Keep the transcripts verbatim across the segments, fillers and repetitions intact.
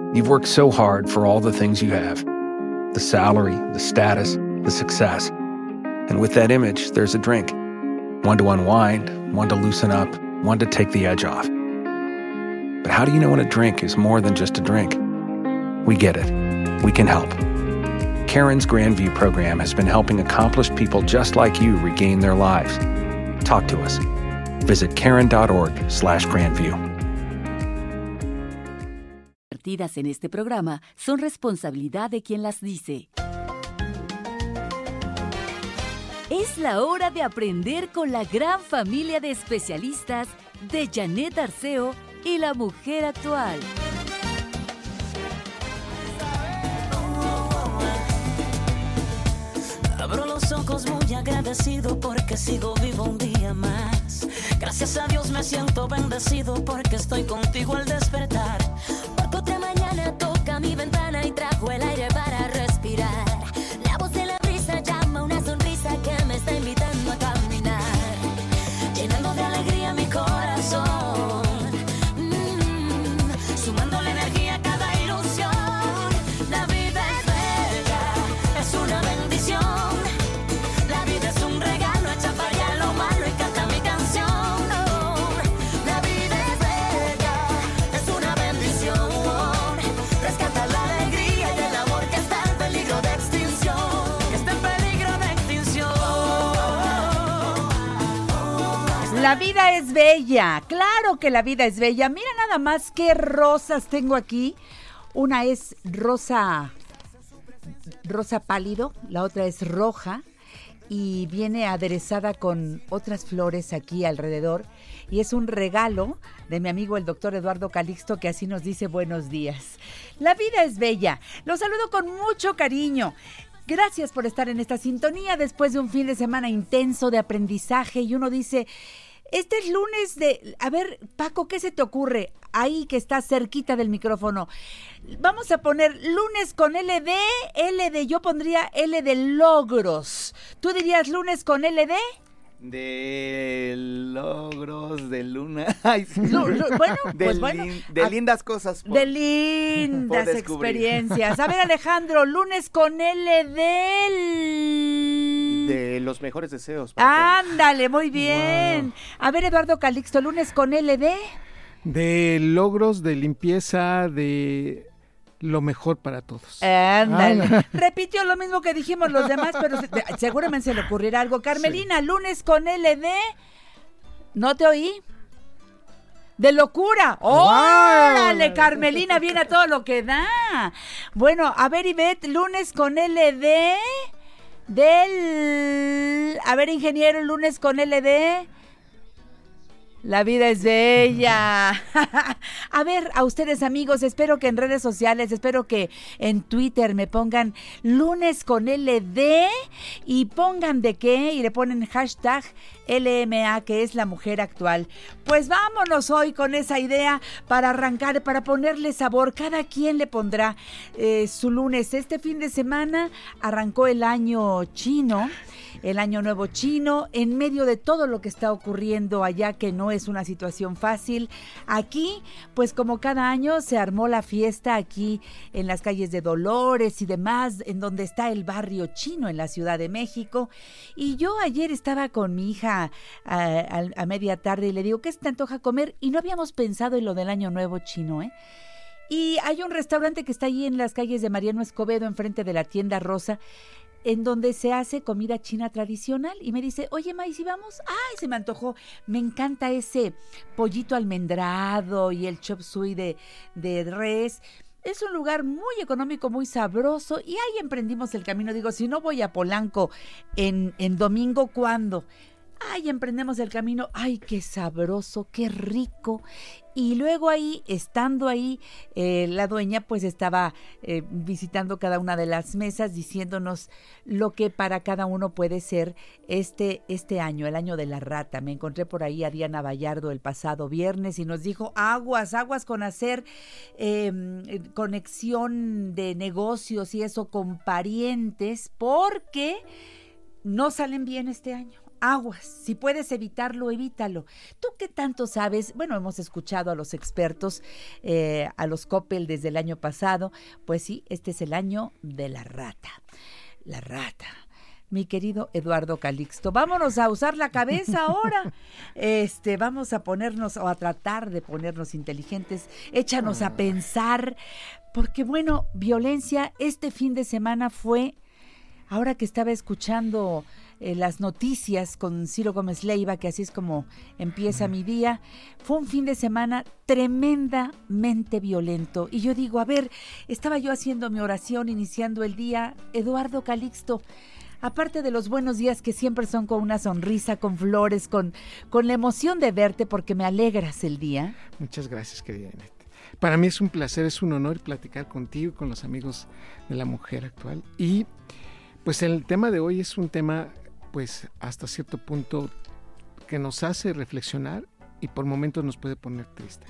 You've worked so hard for all the things you have. The salary, the status, the success. And with that image, there's a drink. One to unwind, one to loosen up, one to take the edge off. But how do you know when a drink is more than just a drink? We get it. We can help. Karen's Grandview program has been helping accomplished people just like you regain their lives. Talk to us. Visit karen.org slash Grandview. Vertidas en este programa son responsabilidad de quien las dice. Es la hora de aprender con la gran familia de especialistas de Janet Arceo y la mujer actual. Abro los ojos muy agradecido porque sigo vivo un día más. Gracias a Dios me siento bendecido porque estoy contigo al despertar. Porque otra mañana toca mi ventana y trajo el aire para respirar. La voz de la brisa llama una sonrisa que me está invitando a caminar, llenando de alegría mi corazón, mm, sumando la energía a cada ilusión. La vida es bella, es una bendición. La vida es un regalo, echa para allá lo malo y canta mi canción. Oh, la vida es bella, es una bendición. Rescata la alegría y el amor que está en peligro de extinción. Que está en peligro de extinción. La vida es bella, claro que la vida es bella. Mira nada más qué rosas tengo aquí. Una es rosa, rosa pálido, la otra es roja y viene aderezada con otras flores aquí alrededor. Y es un regalo de mi amigo el doctor Eduardo Calixto, que así nos dice buenos días. La vida es bella. Los saludo con mucho cariño. Gracias por estar en esta sintonía después de un fin de semana intenso de aprendizaje. Y uno dice, este es lunes de... A ver, Paco, ¿qué se te ocurre? Ahí que está cerquita del micrófono. Vamos a poner lunes con L de... L de... Yo pondría L de logros. ¿Tú dirías lunes con L de...? De logros, de luna. Ay, sí. Lu- lu- bueno, de, pues bueno. lin- de A- lindas cosas. por- De lindas por descubrir. experiencias. A ver, Alejandro, lunes con L del... De los mejores deseos. para todos. Ándale, muy bien. A ver, Eduardo Calixto, lunes con L de... De logros, de limpieza, de lo mejor para todos. Ándale. Ah. Repitió lo mismo que dijimos los demás, pero se- seguramente se le ocurrirá algo. Carmelina, lunes con L de... ¿No te oí? De locura. ¡Órale, Carmelina! Viene a todo lo que da. Bueno, a ver, Ivette, lunes con L de... Del... A ver, ingeniero, lunes con L de... La vida es bella. A ver, a ustedes amigos, espero que en redes sociales, espero que en Twitter me pongan lunes con L D y pongan de qué y le ponen hashtag L M A, que es la mujer actual. Pues vámonos hoy con esa idea para arrancar, para ponerle sabor. Cada quien le pondrá eh, su lunes. Este fin de semana arrancó el año chino. El año nuevo chino, en medio de todo lo que está ocurriendo allá, que no es una situación fácil. Aquí, pues como cada año, se armó la fiesta aquí en las calles de Dolores y demás, en donde está el barrio chino en la Ciudad de México. Y yo ayer estaba con mi hija a, a, a media tarde y le digo, ¿qué se te antoja comer? Y no habíamos pensado en lo del año nuevo chino, ¿eh? Y hay un restaurante que está ahí en las calles de Mariano Escobedo, enfrente de la tienda Rosa, en donde se hace comida china tradicional. Y me dice, oye, Ma, ¿y si vamos? ¡Ay, se me antojó! Me encanta ese pollito almendrado y el chop suey de, de res. Es un lugar muy económico, muy sabroso. Y ahí emprendimos el camino. Digo, si no voy a Polanco en, en domingo, ¿cuándo? Ay, emprendemos el camino. Ay, qué sabroso, qué rico. Y luego ahí, estando ahí, eh, la dueña pues estaba eh, visitando cada una de las mesas, diciéndonos lo que para cada uno puede ser este, este año, el año de la rata. Me encontré por ahí a Diana Vallardo el pasado viernes y nos dijo, aguas, aguas con hacer eh, conexión de negocios y eso con parientes, porque no salen bien este año. aguas, si puedes evitarlo, evítalo. ¿Tú qué tanto sabes? Bueno, hemos escuchado a los expertos, eh, a los Coppel desde el año pasado. Pues sí, este es el año de la rata. La rata. Mi querido Eduardo Calixto, vámonos a usar la cabeza ahora. Este, vamos a ponernos o a tratar de ponernos inteligentes. Échanos a pensar, porque bueno, violencia este fin de semana fue, ahora que estaba escuchando eh, las noticias con Ciro Gómez Leiva, que así es como empieza mi día, fue un fin de semana tremendamente violento. Y yo digo, a ver, estaba yo haciendo mi oración, iniciando el día, Eduardo Calixto, aparte de los buenos días que siempre son con una sonrisa, con flores, con, con la emoción de verte porque me alegras el día. Muchas gracias, querida Janet. Para mí es un placer, es un honor platicar contigo y con los amigos de la mujer actual. Y pues el tema de hoy es un tema pues hasta cierto punto que nos hace reflexionar y por momentos nos puede poner triste.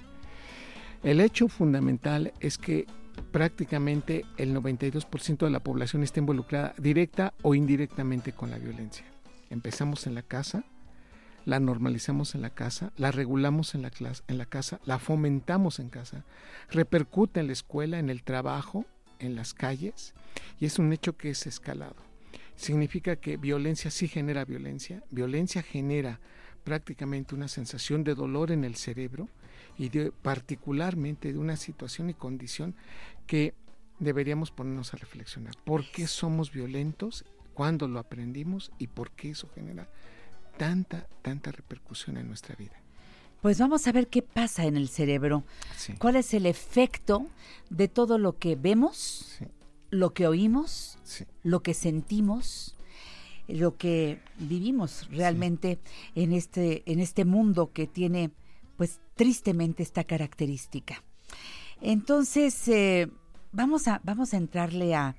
El hecho fundamental es que prácticamente el noventa y dos por ciento de la población está involucrada directa o indirectamente con la violencia. Empezamos en la casa, la normalizamos en la casa, la regulamos en la, clase, en la casa, la fomentamos en casa, repercute en la escuela, en el trabajo, en las calles, y es un hecho que es escalado. Significa que violencia sí genera violencia, violencia genera prácticamente una sensación de dolor en el cerebro y de, particularmente de una situación y condición que deberíamos ponernos a reflexionar. ¿Por qué somos violentos? ¿Cuándo lo aprendimos? ¿Y por qué eso genera tanta, tanta repercusión en nuestra vida? Pues vamos a ver qué pasa en el cerebro. Sí. ¿Cuál es el efecto de todo lo que vemos, sí. lo que oímos, sí. lo que sentimos, lo que vivimos realmente sí. en este, en este mundo que tiene, pues tristemente, esta característica? Entonces, eh, vamos a, vamos a entrarle a,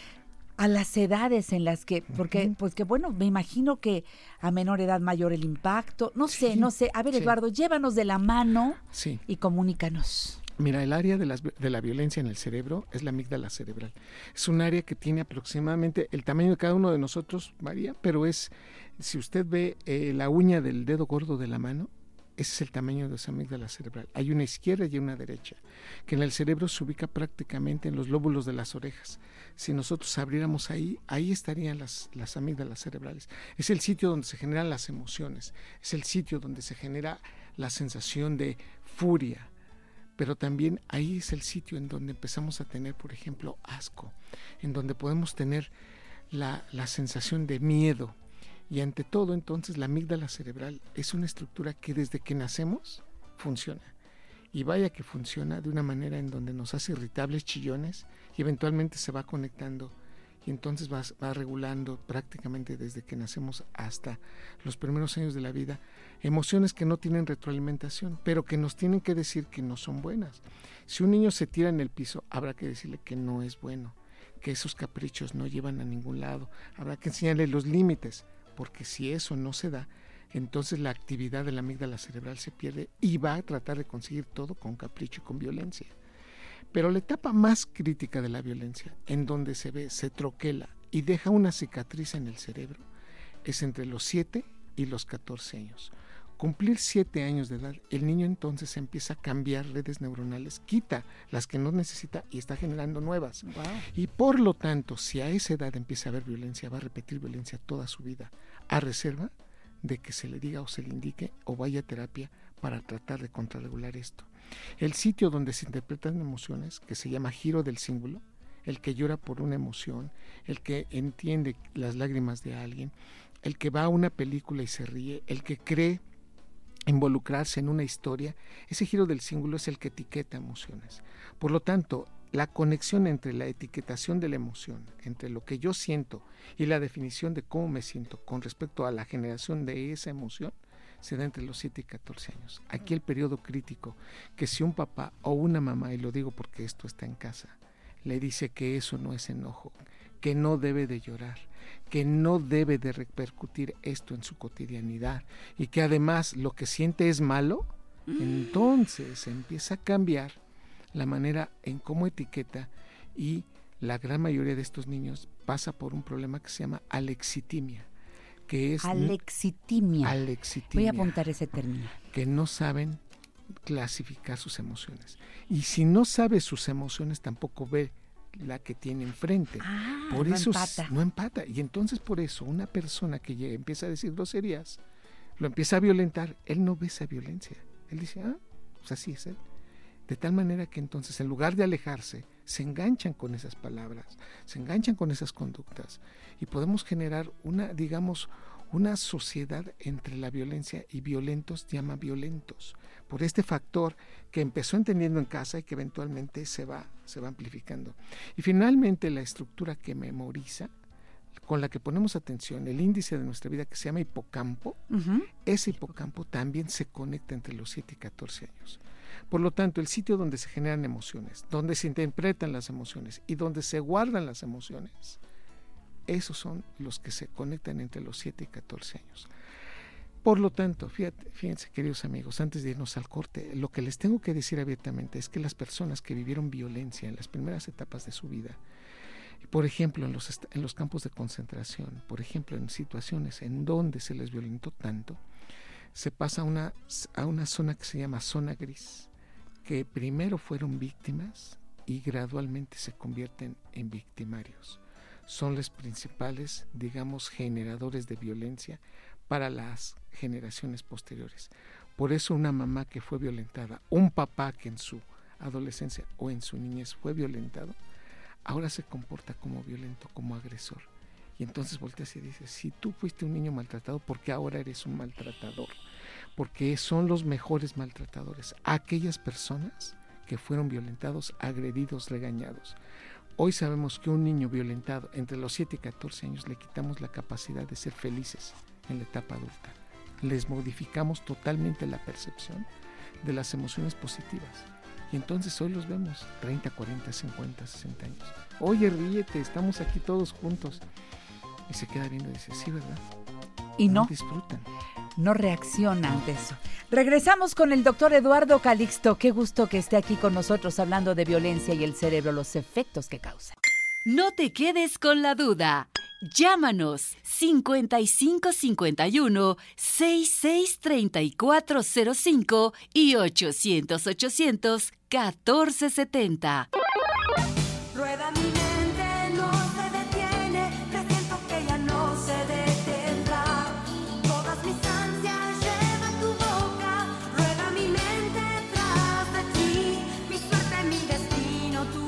a las edades en las que, porque, uh-huh. pues que bueno, me imagino que a menor edad mayor el impacto, no sé, sí, no sé. A ver, sí. Eduardo, llévanos de la mano sí. y comunícanos. Mira, el área de, las, de la violencia en el cerebro es la amígdala cerebral. Es un área que tiene aproximadamente, el tamaño de cada uno de nosotros varía, pero es, si usted ve eh, la uña del dedo gordo de la mano, ese es el tamaño de esa amígdala cerebral. Hay una izquierda y una derecha, que en el cerebro se ubica prácticamente en los lóbulos de las orejas. Si nosotros abriéramos ahí, ahí estarían las, las amígdalas cerebrales. Es el sitio donde se generan las emociones, es el sitio donde se genera la sensación de furia, pero también ahí es el sitio en donde empezamos a tener, por ejemplo, asco, en donde podemos tener la, la sensación de miedo. Y ante todo, entonces, la amígdala cerebral es una estructura que desde que nacemos funciona. Y vaya que funciona de una manera en donde nos hace irritables, chillones, y eventualmente se va conectando y entonces va, va regulando prácticamente desde que nacemos hasta los primeros años de la vida emociones que no tienen retroalimentación, pero que nos tienen que decir que no son buenas. Si un niño se tira en el piso, habrá que decirle que no es bueno, que esos caprichos no llevan a ningún lado, habrá que enseñarle los límites, porque si eso no se da, entonces la actividad de la amígdala cerebral se pierde y va a tratar de conseguir todo con capricho y con violencia. Pero la etapa más crítica de la violencia, en donde se ve, se troquela y deja una cicatriz en el cerebro, es entre los siete y los catorce años. Cumplir siete años de edad, el niño entonces empieza a cambiar redes neuronales, quita las que no necesita y está generando nuevas. Wow. Y por lo tanto, si a esa edad empieza a haber violencia, va a repetir violencia toda su vida, a reserva de que se le diga o se le indique o vaya a terapia para tratar de contrarregular esto. El sitio donde se interpretan emociones, que se llama giro del cíngulo, el que llora por una emoción, el que entiende las lágrimas de alguien, el que va a una película y se ríe, el que cree involucrarse en una historia, ese giro del cíngulo es el que etiqueta emociones. Por lo tanto, la conexión entre la etiquetación de la emoción, entre lo que yo siento y la definición de cómo me siento con respecto a la generación de esa emoción, se da entre los siete y catorce años. Aquí el periodo crítico, que si un papá o una mamá, y lo digo porque esto está en casa, le dice que eso no es enojo, que no debe de llorar, que no debe de repercutir esto en su cotidianidad y que además lo que siente es malo, mm. entonces empieza a cambiar la manera en cómo etiqueta y la gran mayoría de estos niños pasa por un problema que se llama alexitimia, que es alexitimia. Alexitimia. Voy a apuntar ese término. Que no saben clasificar sus emociones. Y si no sabe sus emociones, tampoco ve la que tiene enfrente. Ah, por no eso empata. no empata. Y entonces por eso una persona que llega, empieza a decir groserías, lo empieza a violentar, él no ve esa violencia. Él dice, ah, pues así es él. De tal manera que entonces en lugar de alejarse, se enganchan con esas palabras, se enganchan con esas conductas y podemos generar una, digamos, una sociedad entre la violencia y violentos llama violentos, por este factor que empezó entendiendo en casa y que eventualmente se va, se va amplificando. Y finalmente la estructura que memoriza, con la que ponemos atención, el índice de nuestra vida que se llama hipocampo, uh-huh. ese hipocampo también se conecta entre los siete y catorce años. Por lo tanto, el sitio donde se generan emociones, donde se interpretan las emociones y donde se guardan las emociones, esos son los que se conectan entre los siete y catorce años. Por lo tanto, fíjate, fíjense, queridos amigos, antes de irnos al corte, lo que les tengo que decir abiertamente es que las personas que vivieron violencia en las primeras etapas de su vida, por ejemplo, en los, en los campos de concentración, por ejemplo, en situaciones en donde se les violentó tanto, se pasa a una, a una zona que se llama zona gris, que primero fueron víctimas y gradualmente se convierten en victimarios. Son los principales, digamos, generadores de violencia para las generaciones posteriores. Por eso una mamá que fue violentada, un papá que en su adolescencia o en su niñez fue violentado, ahora se comporta como violento, como agresor. Y entonces volteas y dices, si tú fuiste un niño maltratado, ¿por qué ahora eres un maltratador? Porque son los mejores maltratadores, aquellas personas que fueron violentados, agredidos, regañados. Hoy sabemos que un niño violentado entre los siete y catorce años le quitamos la capacidad de ser felices en la etapa adulta. Les modificamos totalmente la percepción de las emociones positivas. Y entonces hoy los vemos treinta, cuarenta, cincuenta, sesenta años. Oye, ríete, estamos aquí todos juntos. Y se queda viendo y dice, sí, ¿verdad? Y no, no disfrutan. No reacciona ante eso. Regresamos con el doctor Eduardo Calixto. Qué gusto que esté aquí con nosotros hablando de violencia y el cerebro, los efectos que causa. No te quedes con la duda. Llámanos cincuenta y cinco cincuenta y uno, sesenta y seis treinta y cuatro cero cinco y ochocientos, ochocientos, catorce setenta. Rueda mi mente, no se detiene, presiento que ya no se detendrá. Todas mis ansias lleva tu boca, rueda mi mente tras de ti. Mi suerte, mi destino, tú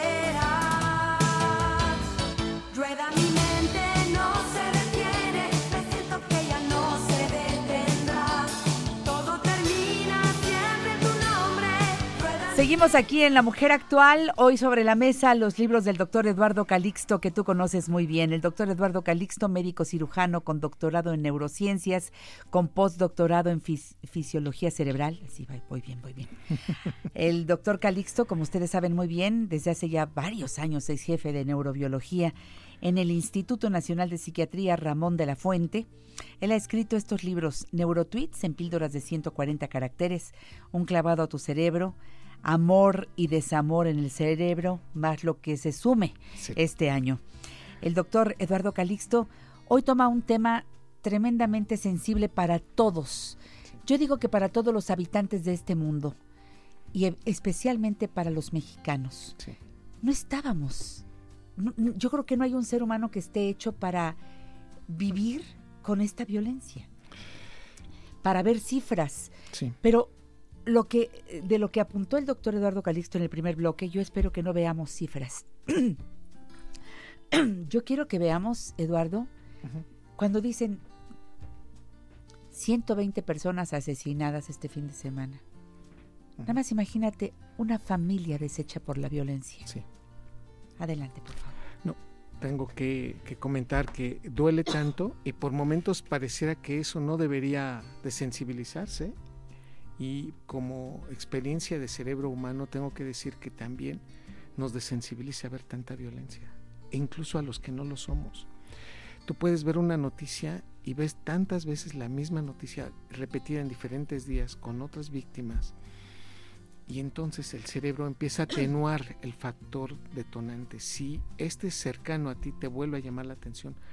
serás. Rueda mi mente, no se detiene, presiento que ya no se detendrá. Todo termina siempre en tu nombre. Rueda. Seguimos aquí en La Mujer Actual, hoy sobre la mesa los libros del doctor Eduardo Calixto, que tú conoces muy bien. El doctor Eduardo Calixto, médico cirujano con doctorado en neurociencias, con postdoctorado en fis- fisiología cerebral. Sí, voy bien, voy bien. El doctor Calixto, como ustedes saben muy bien, desde hace ya varios años es jefe de neurobiología en el Instituto Nacional de Psiquiatría Ramón de la Fuente. Él ha escrito estos libros, Neurotweets en píldoras de ciento cuarenta caracteres, Un clavado a tu cerebro, Amor y desamor en el cerebro, más lo que se sume sí. este año. El doctor Eduardo Calixto hoy toma un tema tremendamente sensible para todos. Yo digo que para todos los habitantes de este mundo y especialmente para los mexicanos. Sí. No estábamos. No, yo creo que no hay un ser humano que esté hecho para vivir con esta violencia, para ver cifras. Sí. Pero Lo que, de lo que apuntó el doctor Eduardo Calixto en el primer bloque, yo espero que no veamos cifras. Yo quiero que veamos, Eduardo, uh-huh. cuando dicen ciento veinte personas asesinadas este fin de semana. Uh-huh. Nada más imagínate una familia deshecha por la violencia. Sí. Adelante, por favor. No, tengo que, que comentar que duele tanto y por momentos pareciera que eso no debería desensibilizarse. Y como experiencia de cerebro humano tengo que decir que también nos desensibiliza ver tanta violencia, e incluso a los que no lo somos. Tú puedes ver una noticia y ves tantas veces la misma noticia repetida en diferentes días con otras víctimas, y entonces el cerebro empieza a atenuar el factor detonante. Si este cercano a ti te vuelve a llamar la atención,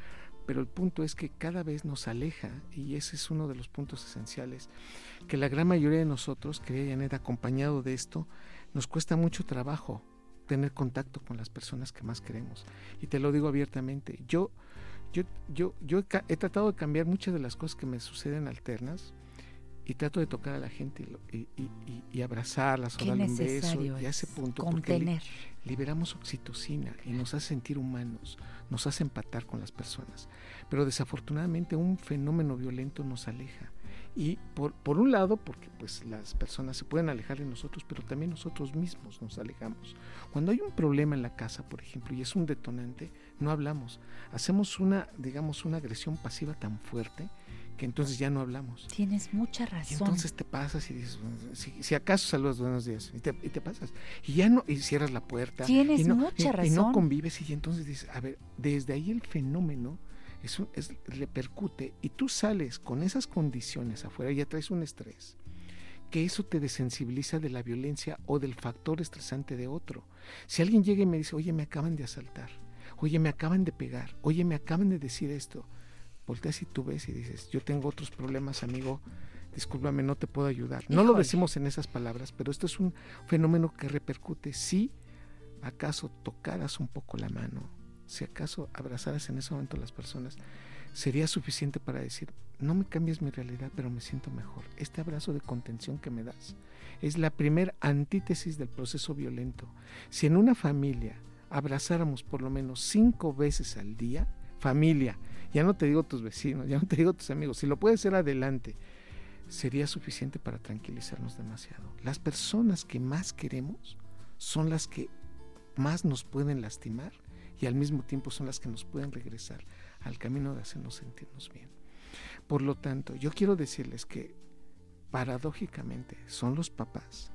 pero el punto es que cada vez nos aleja, y ese es uno de los puntos esenciales, que la gran mayoría de nosotros, querida Janet, acompañado de esto, nos cuesta mucho trabajo tener contacto con las personas que más queremos. Y te lo digo abiertamente, yo, yo, yo, yo he, he tratado de cambiar muchas de las cosas que me suceden alternas, y trato de tocar a la gente y, y, y, y abrazarlas o darle un beso, y a ese punto contener. Porque li, liberamos oxitocina y nos hace sentir humanos, nos hace empatar con las personas, pero desafortunadamente un fenómeno violento nos aleja, y por, por un lado porque pues las personas se pueden alejar de nosotros, pero también nosotros mismos nos alejamos. Cuando hay un problema en la casa, por ejemplo, y es un detonante, no hablamos, hacemos una, digamos, una agresión pasiva tan fuerte que entonces ya no hablamos. Tienes mucha razón. Y entonces te pasas y dices, si, si acaso saludas buenos días, y te, y te pasas, y ya no, y cierras la puerta. Tienes y no, mucha y, razón. Y no convives, y entonces dices, a ver, desde ahí el fenómeno es, un, es repercute, y tú sales con esas condiciones afuera, y ya traes un estrés, que eso te desensibiliza de la violencia o del factor estresante de otro. Si alguien llega y me dice, oye, me acaban de asaltar, oye, me acaban de pegar, oye, me acaban de decir esto, volteas y tú ves y dices, yo tengo otros problemas, amigo, discúlpame, no te puedo ayudar. No lo decimos en esas palabras, pero esto es un fenómeno que repercute. Si acaso tocaras un poco la mano, si acaso abrazaras en ese momento a las personas, sería suficiente para decir, no me cambies mi realidad, pero me siento mejor. Este abrazo de contención que me das es la primer antítesis del proceso violento. Si en una familia abrazáramos por lo menos cinco veces al día, familia, ya no te digo tus vecinos, ya no te digo tus amigos, si lo puedes hacer adelante, sería suficiente para tranquilizarnos demasiado. Las personas que más queremos son las que más nos pueden lastimar y al mismo tiempo son las que nos pueden regresar al camino de hacernos sentirnos bien. Por lo tanto, yo quiero decirles que paradójicamente son los papás,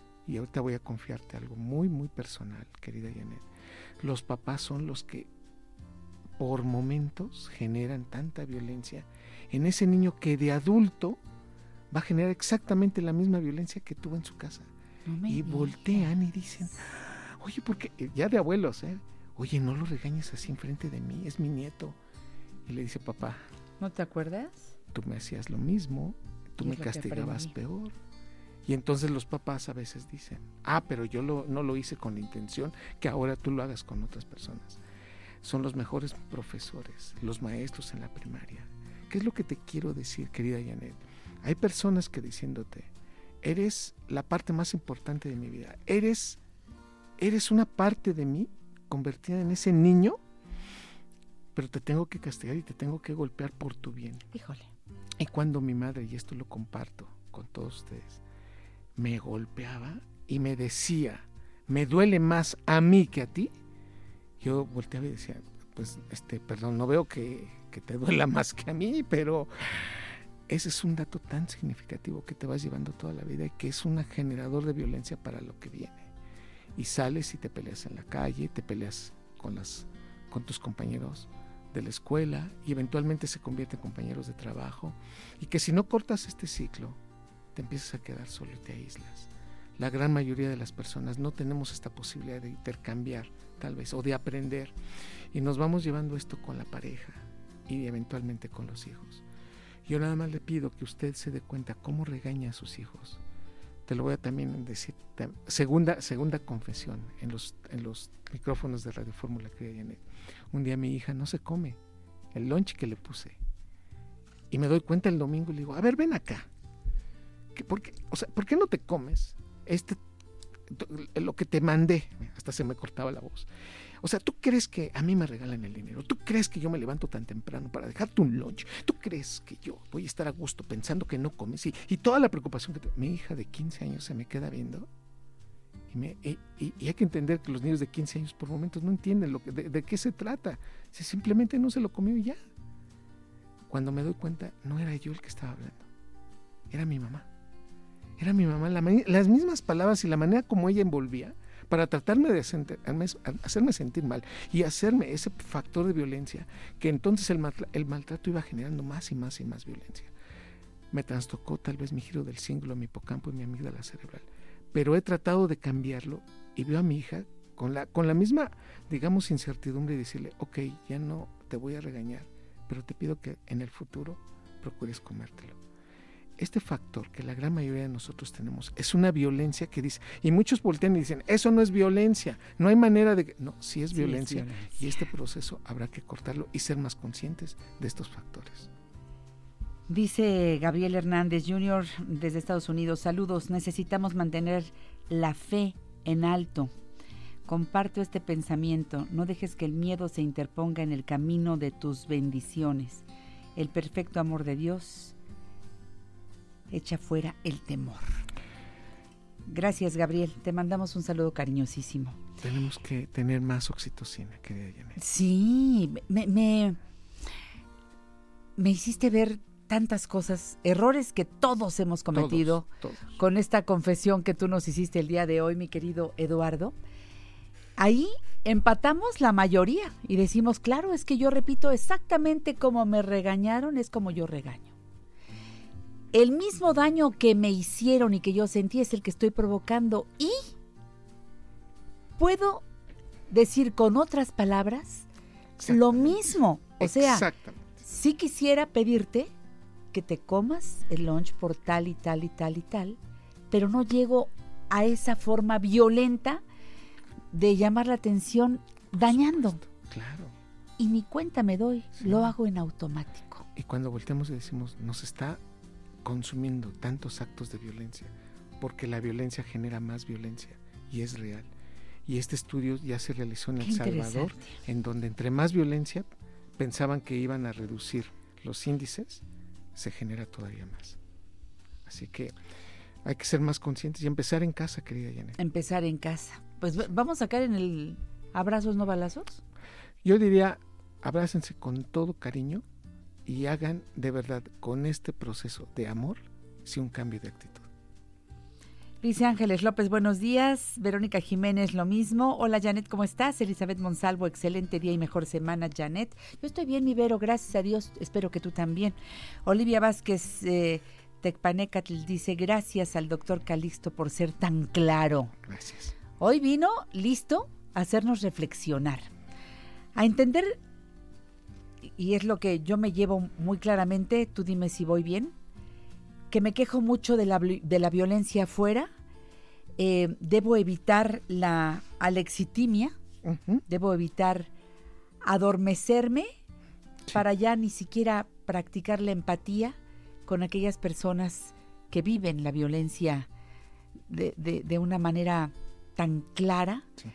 y ahorita voy a confiarte algo muy muy personal, querida Janet, los papás son los que por momentos generan tanta violencia en ese niño que de adulto va a generar exactamente la misma violencia que tuvo en su casa. No y voltean y dicen, oye, porque ya de abuelos, ¿eh? Oye, no lo regañes así enfrente de mí, es mi nieto. Y le dice, papá, ¿no te acuerdas? Tú me hacías lo mismo, tú me castigabas peor. Y entonces los papás a veces dicen, ah, pero yo lo, no lo hice con la intención que ahora tú lo hagas con otras personas. Son los mejores profesores, los maestros en la primaria. ¿Qué es lo que te quiero decir, querida Janet? Hay personas que diciéndote, eres la parte más importante de mi vida, eres, eres una parte de mí convertida en ese niño, pero te tengo que castigar y te tengo que golpear por tu bien. Híjole. Y cuando mi madre, y esto lo comparto con todos ustedes, me golpeaba y me decía, me duele más a mí que a ti, yo volteaba y decía, pues, este, perdón, no veo que, que te duela más que a mí, pero ese es un dato tan significativo que te vas llevando toda la vida y que es un generador de violencia para lo que viene. Y sales y te peleas en la calle, te peleas con, las, con tus compañeros de la escuela y eventualmente se convierten en compañeros de trabajo, y que si no cortas este ciclo, te empiezas a quedar solo y te aíslas. La gran mayoría de las personas no tenemos esta posibilidad de intercambiar, tal vez, o de aprender, y nos vamos llevando esto con la pareja y eventualmente con los hijos. Yo nada más le pido que usted se dé cuenta cómo regaña a sus hijos. Te lo voy a también decir, segunda, segunda confesión en los, en los micrófonos de Radio Fórmula que viene. Un día mi hija no se come el lunch que le puse, y me doy cuenta el domingo y le digo, a ver, ven acá, ¿por qué, o sea, ¿por qué no te comes este, lo que te mandé? Hasta se me cortaba la voz. O sea, ¿tú crees que a mí me regalan el dinero? ¿Tú crees que yo me levanto tan temprano para dejarte un lunch? ¿Tú crees que yo voy a estar a gusto pensando que no comes? Y, y toda la preocupación que te... Mi hija de quince años se me queda viendo, y, me, y, y, y hay que entender que los niños de quince años por momentos no entienden lo que, de, de qué se trata. Si simplemente no se lo comió y ya. Cuando me doy cuenta, no era yo el que estaba hablando, era mi mamá. Era mi mamá, la, las mismas palabras y la manera como ella envolvía para tratarme de hacer, hacerme sentir mal y hacerme ese factor de violencia, que entonces el, mal, el maltrato iba generando más y más y más violencia. Me trastocó tal vez mi giro del cíngulo, mi hipocampo y mi amígdala cerebral, pero he tratado de cambiarlo y veo a mi hija con la, con la misma, digamos, incertidumbre y decirle, ok, ya no te voy a regañar, pero te pido que en el futuro procures comértelo. Este factor que la gran mayoría de nosotros tenemos es una violencia que dice, y muchos voltean y dicen, eso no es violencia, no hay manera de que... No, sí es, sí violencia, es violencia, y este proceso habrá que cortarlo y ser más conscientes de estos factores. Dice Gabriel Hernández junior desde Estados Unidos, saludos, necesitamos mantener la fe en alto. Comparto este pensamiento, no dejes que el miedo se interponga en el camino de tus bendiciones. El perfecto amor de Dios echa fuera el temor. Gracias, Gabriel, te mandamos un saludo cariñosísimo. Tenemos que tener más oxitocina, querida Janet. Sí, me, me, me hiciste ver tantas cosas, errores que todos hemos cometido, todos, todos. Con esta confesión que tú nos hiciste el día de hoy, mi querido Eduardo. Ahí empatamos la mayoría y decimos, claro, es que yo repito exactamente como me regañaron, es como yo regaño. El mismo daño que me hicieron y que yo sentí es el que estoy provocando, y puedo decir con otras palabras lo mismo. O sea, sí quisiera pedirte que te comas el lunch por tal y tal y tal y tal, pero no llego a esa forma violenta de llamar la atención dañando. Claro. Y ni cuenta me doy, sí. Lo hago en automático. Y cuando volteamos y decimos, nos está consumiendo tantos actos de violencia, porque la violencia genera más violencia y es real. Y este estudio ya se realizó en El Salvador, en donde entre más violencia pensaban que iban a reducir los índices, se genera todavía más. Así que hay que ser más conscientes y empezar en casa, querida Janet. Empezar en casa. Pues vamos a caer en el abrazos no balazos. Yo diría, abrácense con todo cariño y hagan de verdad con este proceso de amor, sí, un cambio de actitud. Dice Ángeles López, buenos días. Verónica Jiménez, lo mismo. Hola, Janet, ¿cómo estás? Elizabeth Monsalvo, excelente día y mejor semana, Janet. Yo estoy bien, mi Vero, gracias a Dios. Espero que tú también. Olivia Vázquez eh, Tecpanecatl dice, gracias al doctor Calixto por ser tan claro. Gracias. Hoy vino listo a hacernos reflexionar, a entender, y es lo que yo me llevo muy claramente, tú dime si voy bien, que me quejo mucho de la, de la violencia afuera, eh, debo evitar la alexitimia, uh-huh. Debo evitar adormecerme, sí, para ya ni siquiera practicar la empatía con aquellas personas que viven la violencia de, de, de una manera tan clara. Sí.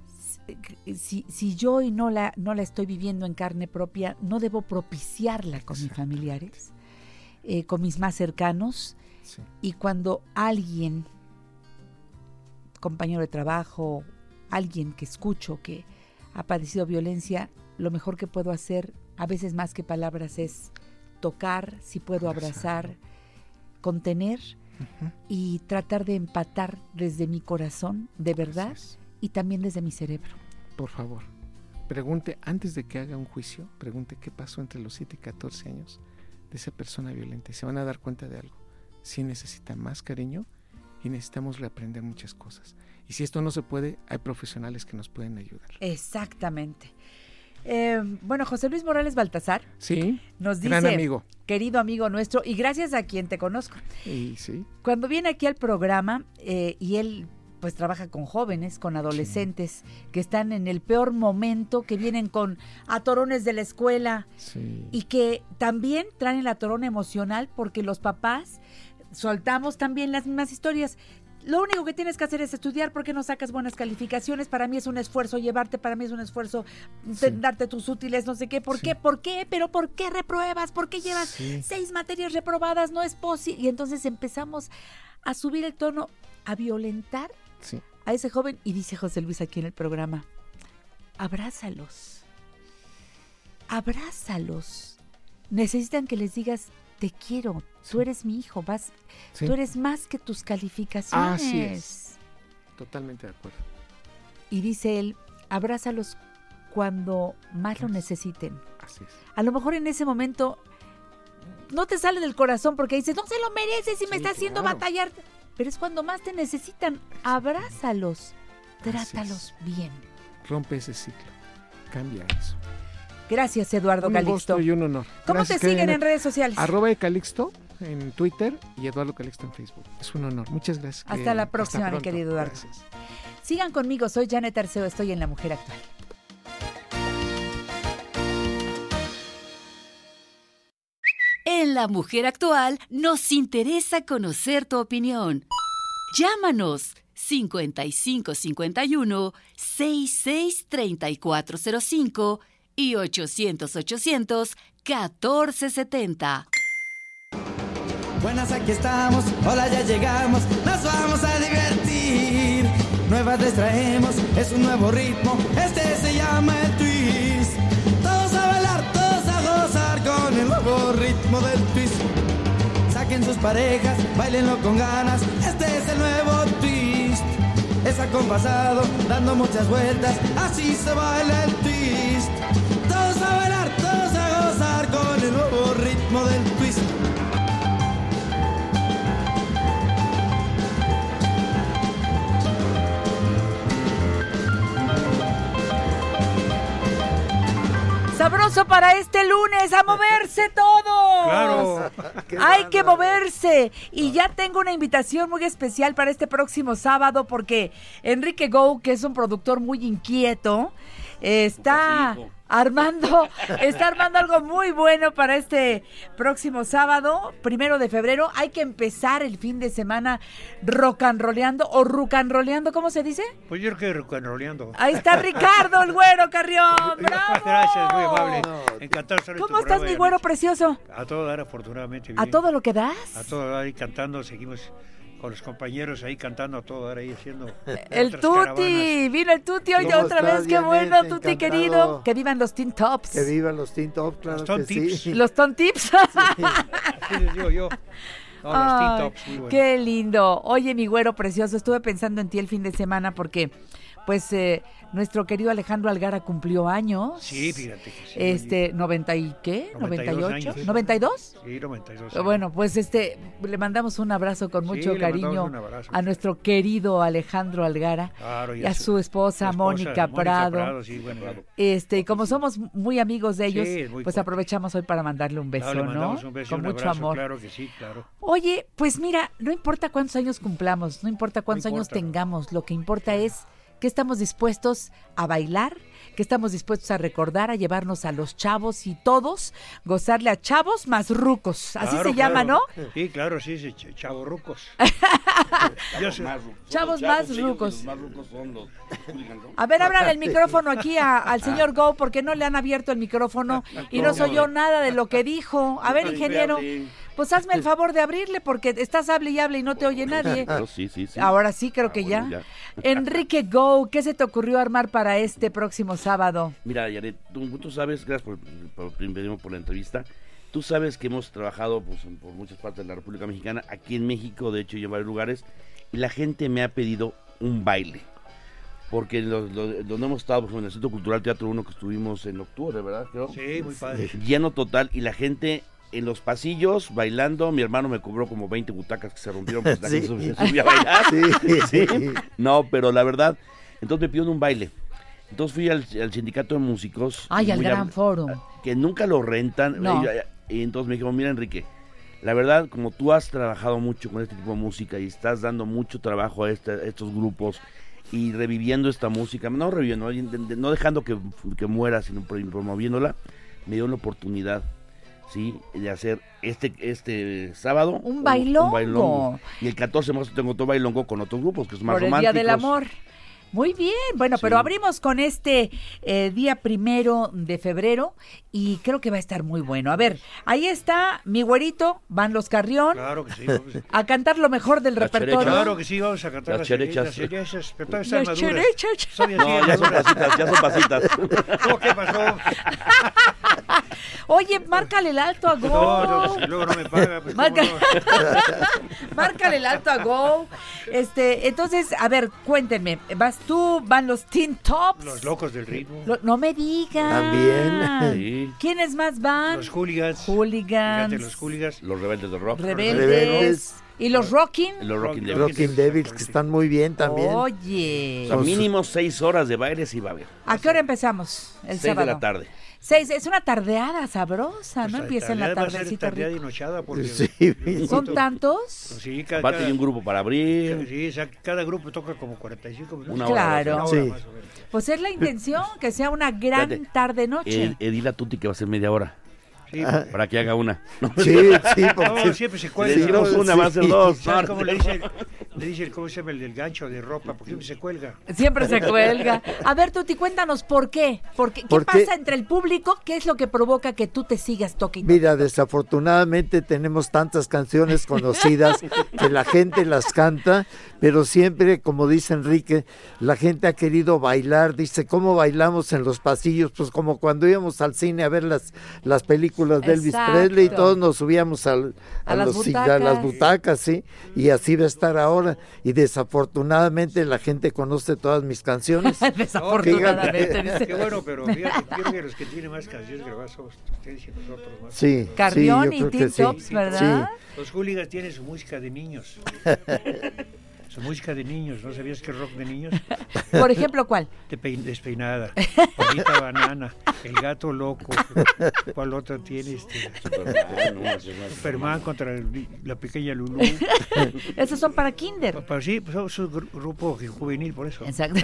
Si, si yo y no la, no la estoy viviendo en carne propia, no debo propiciarla con Exacto. mis familiares, eh, con mis más cercanos. Sí. Y cuando alguien, compañero de trabajo, alguien que escucho que ha padecido violencia, lo mejor que puedo hacer, a veces más que palabras, es tocar, si puedo abrazar, abrazar contener, uh-huh, y tratar de empatar desde mi corazón, de verdad. Gracias. Y también desde mi cerebro. Por favor, pregunte, antes de que haga un juicio, pregunte qué pasó entre los siete y catorce años de esa persona violenta. Y se van a dar cuenta de algo. Sí necesita más cariño y necesitamos reaprender muchas cosas. Y si esto no se puede, hay profesionales que nos pueden ayudar. Exactamente. Eh, bueno, José Luis Morales Baltasar, sí, nos dice, gran amigo, querido amigo nuestro, y gracias a quien te conozco. Y sí. Cuando viene aquí al programa, eh, y él pues trabaja con jóvenes, con adolescentes, sí, que están en el peor momento, que vienen con atorones de la escuela, sí, y que también traen el atorón emocional porque los papás soltamos también las mismas historias. Lo único que tienes que hacer es estudiar porque no sacas buenas calificaciones. Para mí es un esfuerzo llevarte, para mí es un esfuerzo sí, darte tus útiles, no sé qué. ¿Por sí. qué? ¿Por qué? ¿Pero por qué repruebas? ¿Por qué llevas sí. seis materias reprobadas? No es posible. Y entonces empezamos a subir el tono, a violentar sí. a ese joven. Y dice José Luis aquí en el programa, abrázalos. Abrázalos. Necesitan que les digas, te quiero, tú eres mi hijo, vas, sí. tú eres más que tus calificaciones. Así es. Totalmente de acuerdo. Y dice él, abrázalos cuando más lo necesiten. Así es. A lo mejor en ese momento no te sale del corazón porque dices, no se lo mereces y sí, me está haciendo claro. batallar. Pero es cuando más te necesitan. Abrázalos, trátalos bien. Rompe ese ciclo, cambia eso. Gracias, Eduardo Un Calixto. gusto y un honor. ¿Cómo Gracias, te siguen Karina. en redes sociales? Arroba de Calixto en Twitter y Eduardo Calixto en Facebook. Es un honor. Muchas gracias. Hasta Eh, la próxima, mi pronto. querido Eduardo. Gracias. Sigan conmigo, soy Janet Arceo, estoy en La Mujer Actual. En La Mujer Actual nos interesa conocer tu opinión. Llámanos cincuenta y cinco cincuenta y uno, sesenta y seis, treinta y cuatro cero cinco y ochocientos, ochocientos, catorce setenta. Buenas, aquí estamos, hola, ya llegamos, nos vamos a divertir. Nuevas les traemos, es un nuevo ritmo, este se llama el twist. Todos a bailar, todos a gozar con el nuevo ritmo del twist. Saquen sus parejas, bailenlo con ganas, este es el nuevo twist. Es acompasado, dando muchas vueltas, así se baila el twist. Todos a bailar, todos a gozar con el nuevo ritmo del twist. Sabroso para este lunes, a moverse todos. Claro. Hay que moverse. Y ya tengo una invitación muy especial para este próximo sábado porque Enrique Go, que es un productor muy inquieto, está armando, está armando algo muy bueno para este próximo sábado, primero de febrero. Hay que empezar el fin de semana rocanroleando o rucanroleando, ¿cómo se dice? Pues yo creo que rocanroleando. Ahí está Ricardo, el güero Carrión. ¡Bravo! Gracias, muy amable. Encantado de estar en tu ¿Cómo estás, programa, mi güero Janet. precioso? A todo dar, afortunadamente. ¿A bien. todo lo que das? A todo dar, ahí cantando, seguimos con los compañeros ahí cantando a todo dar, ahí haciendo. El otras Tuti, caravanas. vino el Tuti hoy ¿Cómo otra estás, vez, qué Janet? bueno, Tuti Encantado. querido. Que vivan los Teen Tops. Que vivan los Teen Tops, claro Los Teen que Tips. sí. Los Ton Tips. Así les digo yo. No, los Ay, Teen Tops, muy bueno. qué lindo. Oye, mi güero precioso, estuve pensando en ti el fin de semana porque, pues, eh, nuestro querido Alejandro Algara cumplió años. Sí, fíjate que sí. Este, noventa y qué, noventa y ocho, años. noventa y dos. Sí, noventa y dos. Bueno, pues este, le mandamos un abrazo con mucho Sí, le mandamos cariño un abrazo. a nuestro querido Alejandro Algara Claro, y a su esposa, Mónica Prado. sí, bueno, claro. Este, y como somos muy amigos de ellos, Sí, es muy pues fuerte. aprovechamos hoy para mandarle un beso, Claro, le ¿no? mandamos un beso y Con un mucho abrazo, amor. Claro que sí, claro. Oye, pues mira, no importa cuántos años cumplamos, no importa cuántos años importa, ¿no? tengamos, lo que importa es que estamos dispuestos a bailar, que estamos dispuestos a recordar, a llevarnos a los chavos y todos gozarle a chavos más rucos, así Claro, se llama, claro. ¿no? Sí, claro, sí, sí, ch- chavorrucos. Yo sé- Chavos más rucos. A ver, abran el micrófono aquí a- al señor Go, porque no le han abierto el micrófono y no se oyó nada de lo que dijo. A ver, ingeniero, pues hazme el favor de abrirle porque estás hable y hable y no te oye nadie. Claro, sí, sí, sí. Ahora sí, creo que bueno, ya. ya. Enrique Go, ¿qué se te ocurrió armar para este próximo sábado? Mira, Janet, tú, tú sabes, gracias por, por, primero por la entrevista. Tú sabes que hemos trabajado pues, en- por muchas partes de la República Mexicana, aquí en México, de hecho, y en varios lugares, y la gente me ha pedido un baile. Porque lo- lo- donde hemos estado, por ejemplo, en el Centro Cultural Teatro uno que estuvimos en octubre, ¿verdad? Creo. Sí, muy padre. Lleno total, y la gente en los pasillos bailando. Mi hermano me cobró como veinte butacas que se rompieron, pues la Sí. gente se subió a bailar. Sí. Sí. No, pero la verdad, entonces me pidieron un baile. Entonces fui al, al sindicato de músicos. Ay, al muy Gran am- Fórum. Que nunca lo rentan. No. Y, y entonces me dijeron, mira Enrique, la verdad, como tú has trabajado mucho con este tipo de música y estás dando mucho trabajo a, este- a estos grupos y reviviendo esta música, no reviviendo, de- de- no dejando que, que muera, sino pro- promoviéndola, me dio la oportunidad, ¿sí? De hacer este este sábado Un bailongo. Y el catorce de marzo tengo otro bailongo con otros grupos que son más Por el románticos. Día del Amor. Muy bien, bueno, Sí. pero abrimos con este eh, día primero de febrero y creo que va a estar muy bueno. A ver, ahí está mi güerito, van los Carrión, Claro que sí. Vamos a, a cantar lo mejor del Las repertorio. cherechas. claro que sí, vamos a cantar Las las cherechas. cerechas, cerechas, pero todavía están Las maduras. cherechas. Todavía No, siguen ya son maduras. pasitas, ya son pasitas. ¿Cómo qué pasó? Oye, márcale el alto a Go. No, no, pues, luego no me paga. Pues, ¿cómo Marca- no? Márcale el alto a Go. Este, entonces, a ver, cuéntenme, vas tú, van los Teen Tops. Los locos del ritmo. Lo- no me digas. También. Sí. ¿Quiénes más van? Los hooligans. Hooligans. Fíjate, los hooligans. Los rebeldes del rock. Rebeldes. Rebeldes. ¿Y los Rocking? Los Rocking Devils. Rocking Devils, que están muy bien también. Oye. O sea, mínimo seis horas de baile sí va a haber. ¿A qué hora empezamos el Seis sábado? de la tarde. Seis, es una tardeada sabrosa, Pues ¿no? la Empieza en la tardeada va a ser tardecita tardeada rico. dinochada porque Sí. ¿Son tantos? Pues sí, cada, Va a tener un grupo para abrir. sí, o sea, cada grupo toca como cuarenta y cinco minutos. Una hora, Claro. Una hora Sí. más o menos. Pues es la intención, que sea una gran Espérate. tarde-noche. El Edila Tuti que va a ser media hora. Sí, Para que haga una. Sí, sí, porque no, siempre se Le cuelga. decimos no, una, sí. va a ser dos. ¿Sabes No, cómo le dice, le dice el, cómo se llama el del gancho de ropa? Porque siempre se cuelga. Siempre se cuelga. A ver, Tuti, cuéntanos por qué. ¿Por qué? ¿Qué ¿Por qué? pasa entre el público? ¿Qué es lo que provoca que tú te sigas toque y toque? Mira, desafortunadamente tenemos tantas canciones conocidas que la gente las canta, pero siempre, como dice Enrique, la gente ha querido bailar. Dice, ¿cómo bailamos en los pasillos? Pues como cuando íbamos al cine a ver las, las películas de Elvis Exacto. Presley y todos nos subíamos al, A a, las los, si- a butacas. las butacas, sí, y así va a estar ahora. Y desafortunadamente la gente conoce todas mis canciones. Desafortunadamente, dice. Qué bueno, pero fíjate, yo creo que los que tienen más canciones grabadas somos ustedes y nosotros más. Sí, Carrión sí, y yo creo Tim que sí. Tops, ¿verdad? Los hooligans tienen su música de niños. Su música de niños, ¿no sabías que es rock de niños? Por ejemplo, ¿cuál? De pein- despeinada, Juanita Banana, El Gato Loco, ¿cuál otra tiene? Este, Superman, no, eso no es- Superman contra el- la pequeña Lulú. Esos son para kinder. Pues sí, pues somos un gru- grupo juvenil, por eso. Exacto.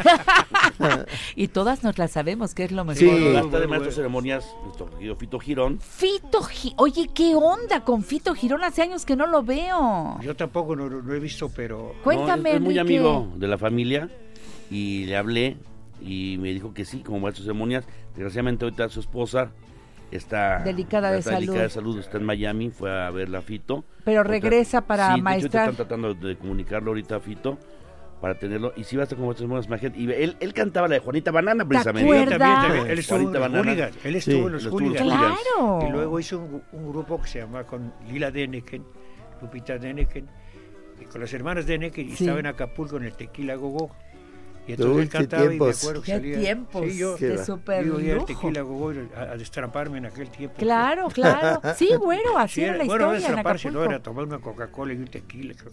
Y todas nos las sabemos, que es lo mejor. Sí. La acta de maestro de ceremonias, nuestro querido Fito Girón. Fito Gi- Oye, ¿qué onda con Fito Girón? Hace años que no lo veo. Yo tampoco no lo he visto, pero... Cuéntame, No, es, es muy Enrique. amigo de la familia y le hablé y me dijo que sí, como maestro de ceremonias. Desgraciadamente ahorita su esposa está Delicada de está delicada salud. de salud, está en Miami, fue a ver a Fito. Pero Ahorita- regresa para sí, de hecho, maestrar. están tratando de comunicarlo ahorita a Fito para tenerlo y sí va a estar como maestro de ceremonias, imagínate. Y él, él cantaba la de Juanita Banana precisamente. acuerdas? También, también, él estuvo en Juanita los Banana. hooligans, él estuvo Sí, en los él estuvo en los hooligans. hooligans. Claro. Y luego hizo un, un grupo que se llama con Lila Deneken, Lupita Deneken, y con las hermanas Deneken, y Sí. estaba en Acapulco en el Tequila Gogó. Y entonces Uy, él qué cantaba y me tiempos. acuerdo que Qué salía. tiempos Sí, yo, Qué de va. super yo iba al lujo. Tequila Gogó a, a destramparme en aquel tiempo. Claro, claro. Sí, güero, así Sí, era era, la bueno, historia en destramparse, no Acapulco. era tomar una Coca-Cola y un tequila. creo.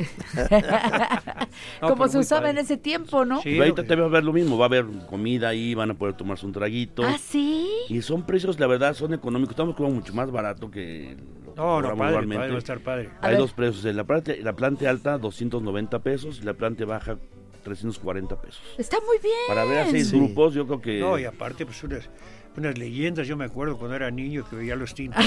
No, Como pero se muy usaba en padre. ese tiempo, ¿no? Sí, Y ahorita lo que- te va a ver lo mismo, va a haber comida ahí, van a poder tomarse un traguito. Ah, sí. Y son precios, la verdad, son económicos. Estamos como mucho más barato que lo que No, no, cobramos padre, normalmente. padre, va a estar padre. A Hay ver. dos precios. La planta, la planta alta, doscientos noventa pesos, y la planta baja, trescientos cuarenta pesos. Está muy bien. Para ver a seis Sí. grupos, yo creo que... No, y aparte, pues unas, unas leyendas, yo me acuerdo cuando era niño que veía los tintos.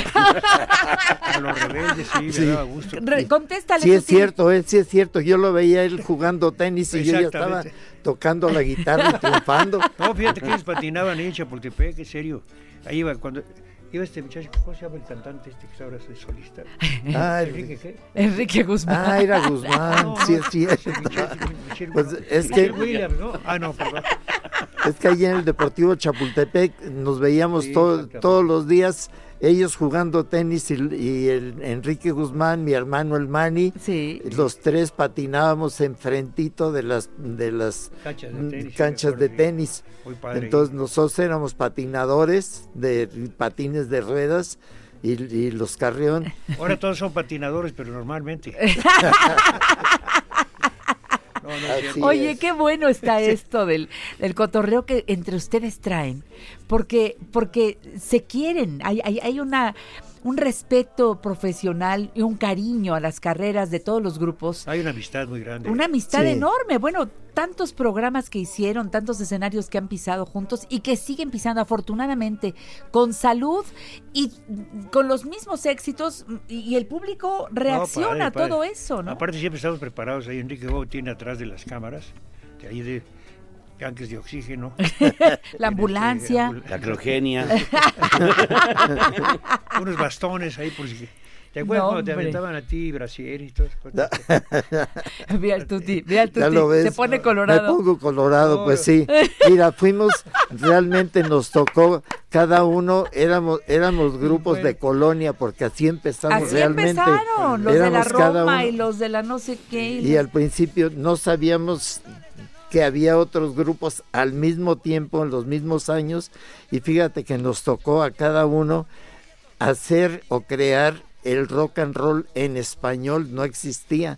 A los rebeldes, sí, Sí. me daba gusto. Re- contéstale. Sí es Tuti. cierto, él sí es cierto. Yo lo veía él jugando tenis y yo ya estaba Exactamente. tocando la guitarra y triunfando. No, fíjate que ellos patinaban ahí en Chapultepec, en serio. Ahí iba, cuando iba este muchacho, ¿cómo se llama el cantante este que ahora es solista? Ah, Enrique, ¿qué? Enrique Guzmán. Ah, era Guzmán, No, sí no, es cierto. Michelle- Michelle- Pues es Michelle que- Williams, ¿no? Ah, no, perdón. Es que allí en el Deportivo Chapultepec nos veíamos Sí, todo- exactamente. todos los días, ellos jugando tenis y, y el Enrique Guzmán, mi hermano el Mani, Sí. los tres patinábamos enfrentito de las de las Canchas de mm, tenis, sí, canchas me de acuerdo, sí. tenis. Muy padre. Entonces nosotros éramos patinadores de patines de ruedas y, y los Carrión. Ahora todos son patinadores, pero normalmente. No, no es Así cierto. Oye, es. qué bueno está esto del, del cotorreo que entre ustedes traen, porque, porque se quieren, hay, hay, hay una un respeto profesional y un cariño a las carreras de todos los grupos. Hay una amistad muy grande. Una amistad Sí. enorme. Bueno, tantos programas que hicieron, tantos escenarios que han pisado juntos y que siguen pisando afortunadamente con salud y con los mismos éxitos y, y el público reacciona padre, a padre. todo eso, ¿no? Aparte siempre estamos preparados. Ahí Enrique Go tiene atrás de las cámaras, de ahí de tanques de oxígeno. La ambulancia. Este, La criogenia. Unos bastones ahí por si... ¿Te acuerdas No, cuando te hombre. aventaban a ti brasier y todas esas cosas? Ve al tuti, ve al Ya tuti, lo ves. se pone Me colorado. pongo colorado, No, pues sí. Mira, fuimos, realmente nos tocó, cada uno, éramos éramos grupos de colonia, porque así empezamos Así realmente. empezaron, los de la Éramos cada Roma uno. y los de la no sé qué. y Y los- al principio no sabíamos que había otros grupos al mismo tiempo, en los mismos años, y fíjate que nos tocó a cada uno hacer o crear el rock and roll en español, no existía.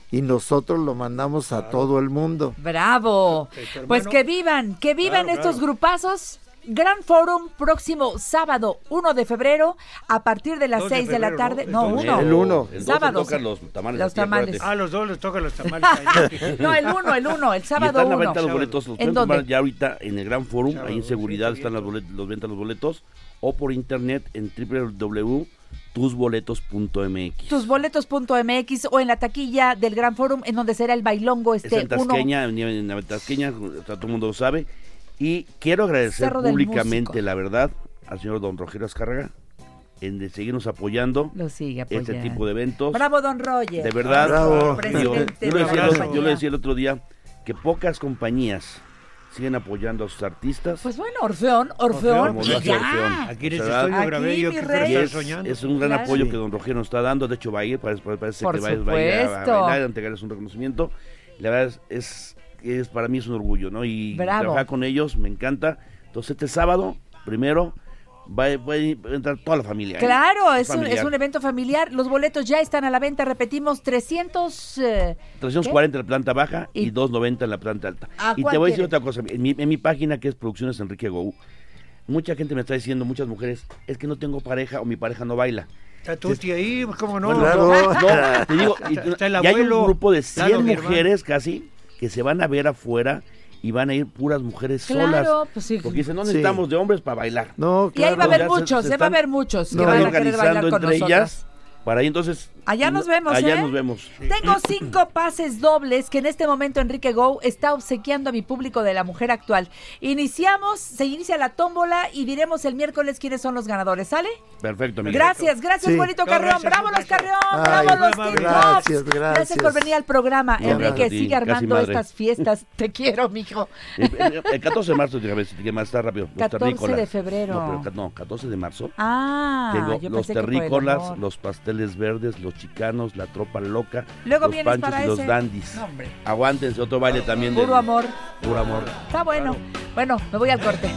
y nosotros lo mandamos a todo el mundo. ¡Bravo! Pues que vivan, que vivan Claro, estos claro. grupazos. Gran Forum próximo sábado uno de febrero a partir de las dos de seis de la febrero, tarde. ¿no? No, El uno. El uno. El Sábado. doce tocan los tamales. Los aquí, tamales. acuérdate. Ah, los dos les tocan los tamales. ahí. No, el uno, el uno, el Y sábado están a la uno. venta los boletos, los ¿En pueden dónde? tomar ya ahorita en el Gran Forum, Sábado, ahí en seguridad están las bolet- los ventas los boletos, o por internet en doble u doble u doble u punto tus boletos punto m x. Tusboletos punto m x o en la taquilla del Gran Forum en donde será el bailongo Es este en uno. Tasqueña, en, en la Tasqueña, todo el mundo lo sabe. Y quiero agradecer Cerro del públicamente, Músico. la verdad, al señor don Rogelio Azcárraga, en de seguirnos apoyando Lo sigue apoyando. este tipo de eventos. Bravo, don Roger. De verdad, Bravo. yo, Presidente yo le de decía, la el- compañía. yo le decía el otro día que pocas compañías siguen apoyando a sus artistas. Pues bueno, Orfeón, Orfeón, Como pues lo hace ya. Orfeón. Aquí en este ¿Verdad? estudio grabé Aquí, yo mi que rey. Y estaba es, soñando. es un gran Claro. apoyo Sí. que don Rogelio nos está dando. De hecho, va a ir, parece, parece Por que va, a ir- va a ir a- a supuesto. bailar, a entregarles un reconocimiento. La verdad es, es, es- para mí es un orgullo, ¿no? Y Bravo. trabajar con ellos me encanta. Entonces, este sábado, primero, va, a- va a entrar toda la familia. ¿eh? Claro, es un, Familiar. es un evento familiar. Los boletos ya están a la venta, repetimos, trescientos... eh, trescientos ¿qué? cuarenta en la planta baja y, Y- doscientos noventa en la planta alta. ¿A Y cuál te voy a decir quieres? otra cosa. En mi, en mi página, que es Producciones Enrique Gou, mucha gente me está diciendo, muchas mujeres, es que no tengo pareja o mi pareja no baila. Está Tuti ahí, pues, ¿cómo no? Bueno, Claro. no, te digo, y, Está el y hay un abuelo, grupo de Lalo, cien mi hermano. mujeres casi que se van a ver afuera y van a ir puras mujeres Claro, solas. pues sí. Porque dicen, no Sí. necesitamos de hombres para bailar. No, Y ahí va a claro. haber Ya se- muchos, se eh, va a están- haber muchos que No, van a Están querer bailar organizando con entre nosotras. ellas para ahí entonces. Allá nos vemos, Allá ¿eh? nos vemos. Tengo cinco pases dobles que en este momento Enrique Go está obsequiando a mi público de La Mujer Actual. Iniciamos, se inicia la tómbola y diremos el miércoles quiénes son los ganadores, ¿sale? Perfecto, Miguel. Gracias, gracias, Sí. bonito No, Carreón. gracias, Bravo los gracias. Carreón, Ay, bravo los muy Teen amable. Tops. Gracias, gracias. por venir al programa. No, Enrique, gracias a ti, sigue casi armando madre. estas fiestas. Te quiero, mijo. El, el- el catorce de marzo, dígame, si te más está rápido. Los catorce terrícolas. de febrero. No, pero ca- no, catorce de marzo. Ah, Tengo yo los pensé que por el terrícolas, amor. los pasteles verdes, los chicanos, la tropa loca, Luego los vienes panchos para y los ese. dandis. No, hombre. Aguántense, otro baile también de Puro amor. Puro amor. Está bueno. Bueno, me voy al corte.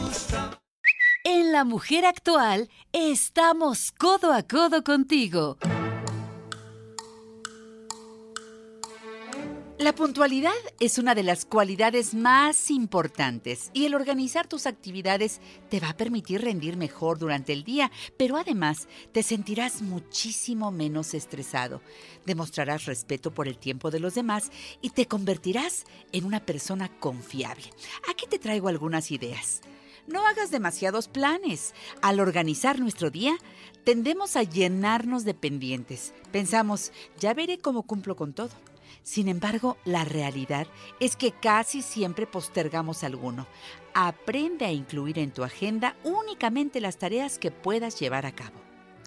En La Mujer Actual estamos codo a codo contigo. La puntualidad es una de las cualidades más importantes y el organizar tus actividades te va a permitir rendir mejor durante el día, pero además te sentirás muchísimo menos estresado, demostrarás respeto por el tiempo de los demás y te convertirás en una persona confiable. Aquí te traigo algunas ideas. No hagas demasiados planes. Al organizar nuestro día, tendemos a llenarnos de pendientes. Pensamos, ya veré cómo cumplo con todo. Sin embargo, la realidad es que casi siempre postergamos alguno. Aprende a incluir en tu agenda únicamente las tareas que puedas llevar a cabo.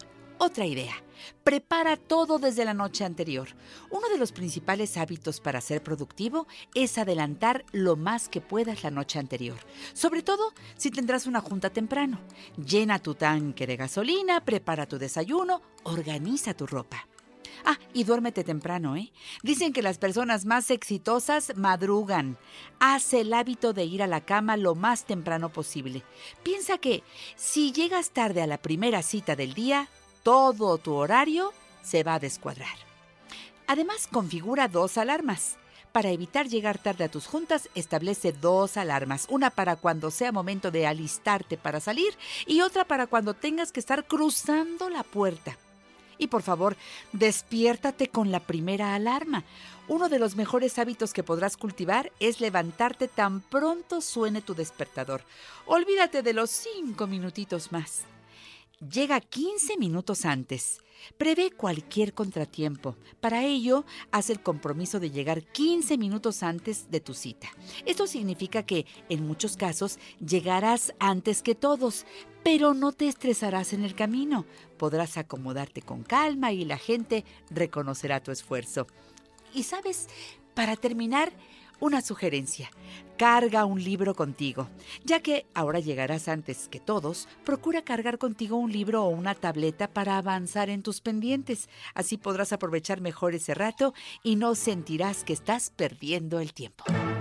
Otra idea, prepara todo desde la noche anterior. Uno de los principales hábitos para ser productivo es adelantar lo más que puedas la noche anterior, sobre todo si tendrás una junta temprano. Llena tu tanque de gasolina, prepara tu desayuno, organiza tu ropa. Ah, y duérmete temprano, ¿eh? Dicen que las personas más exitosas madrugan. Haz el hábito de ir a la cama lo más temprano posible. Piensa que si llegas tarde a la primera cita del día, todo tu horario se va a descuadrar. Además, configura dos alarmas. Para evitar llegar tarde a tus juntas, establece dos alarmas. Una para cuando sea momento de alistarte para salir y otra para cuando tengas que estar cruzando la puerta. Y por favor, despiértate con la primera alarma. Uno de los mejores hábitos que podrás cultivar es levantarte tan pronto suene tu despertador. Olvídate de los cinco minutitos más. Llega quince minutos antes. Prevé cualquier contratiempo. Para ello, haz el compromiso de llegar quince minutos antes de tu cita. Esto significa que, en muchos casos, llegarás antes que todos, pero no te estresarás en el camino. Podrás acomodarte con calma y la gente reconocerá tu esfuerzo. Y sabes, para terminar, una sugerencia. Carga un libro contigo. Ya que ahora llegarás antes que todos, procura cargar contigo un libro o una tableta para avanzar en tus pendientes. Así podrás aprovechar mejor ese rato y no sentirás que estás perdiendo el tiempo.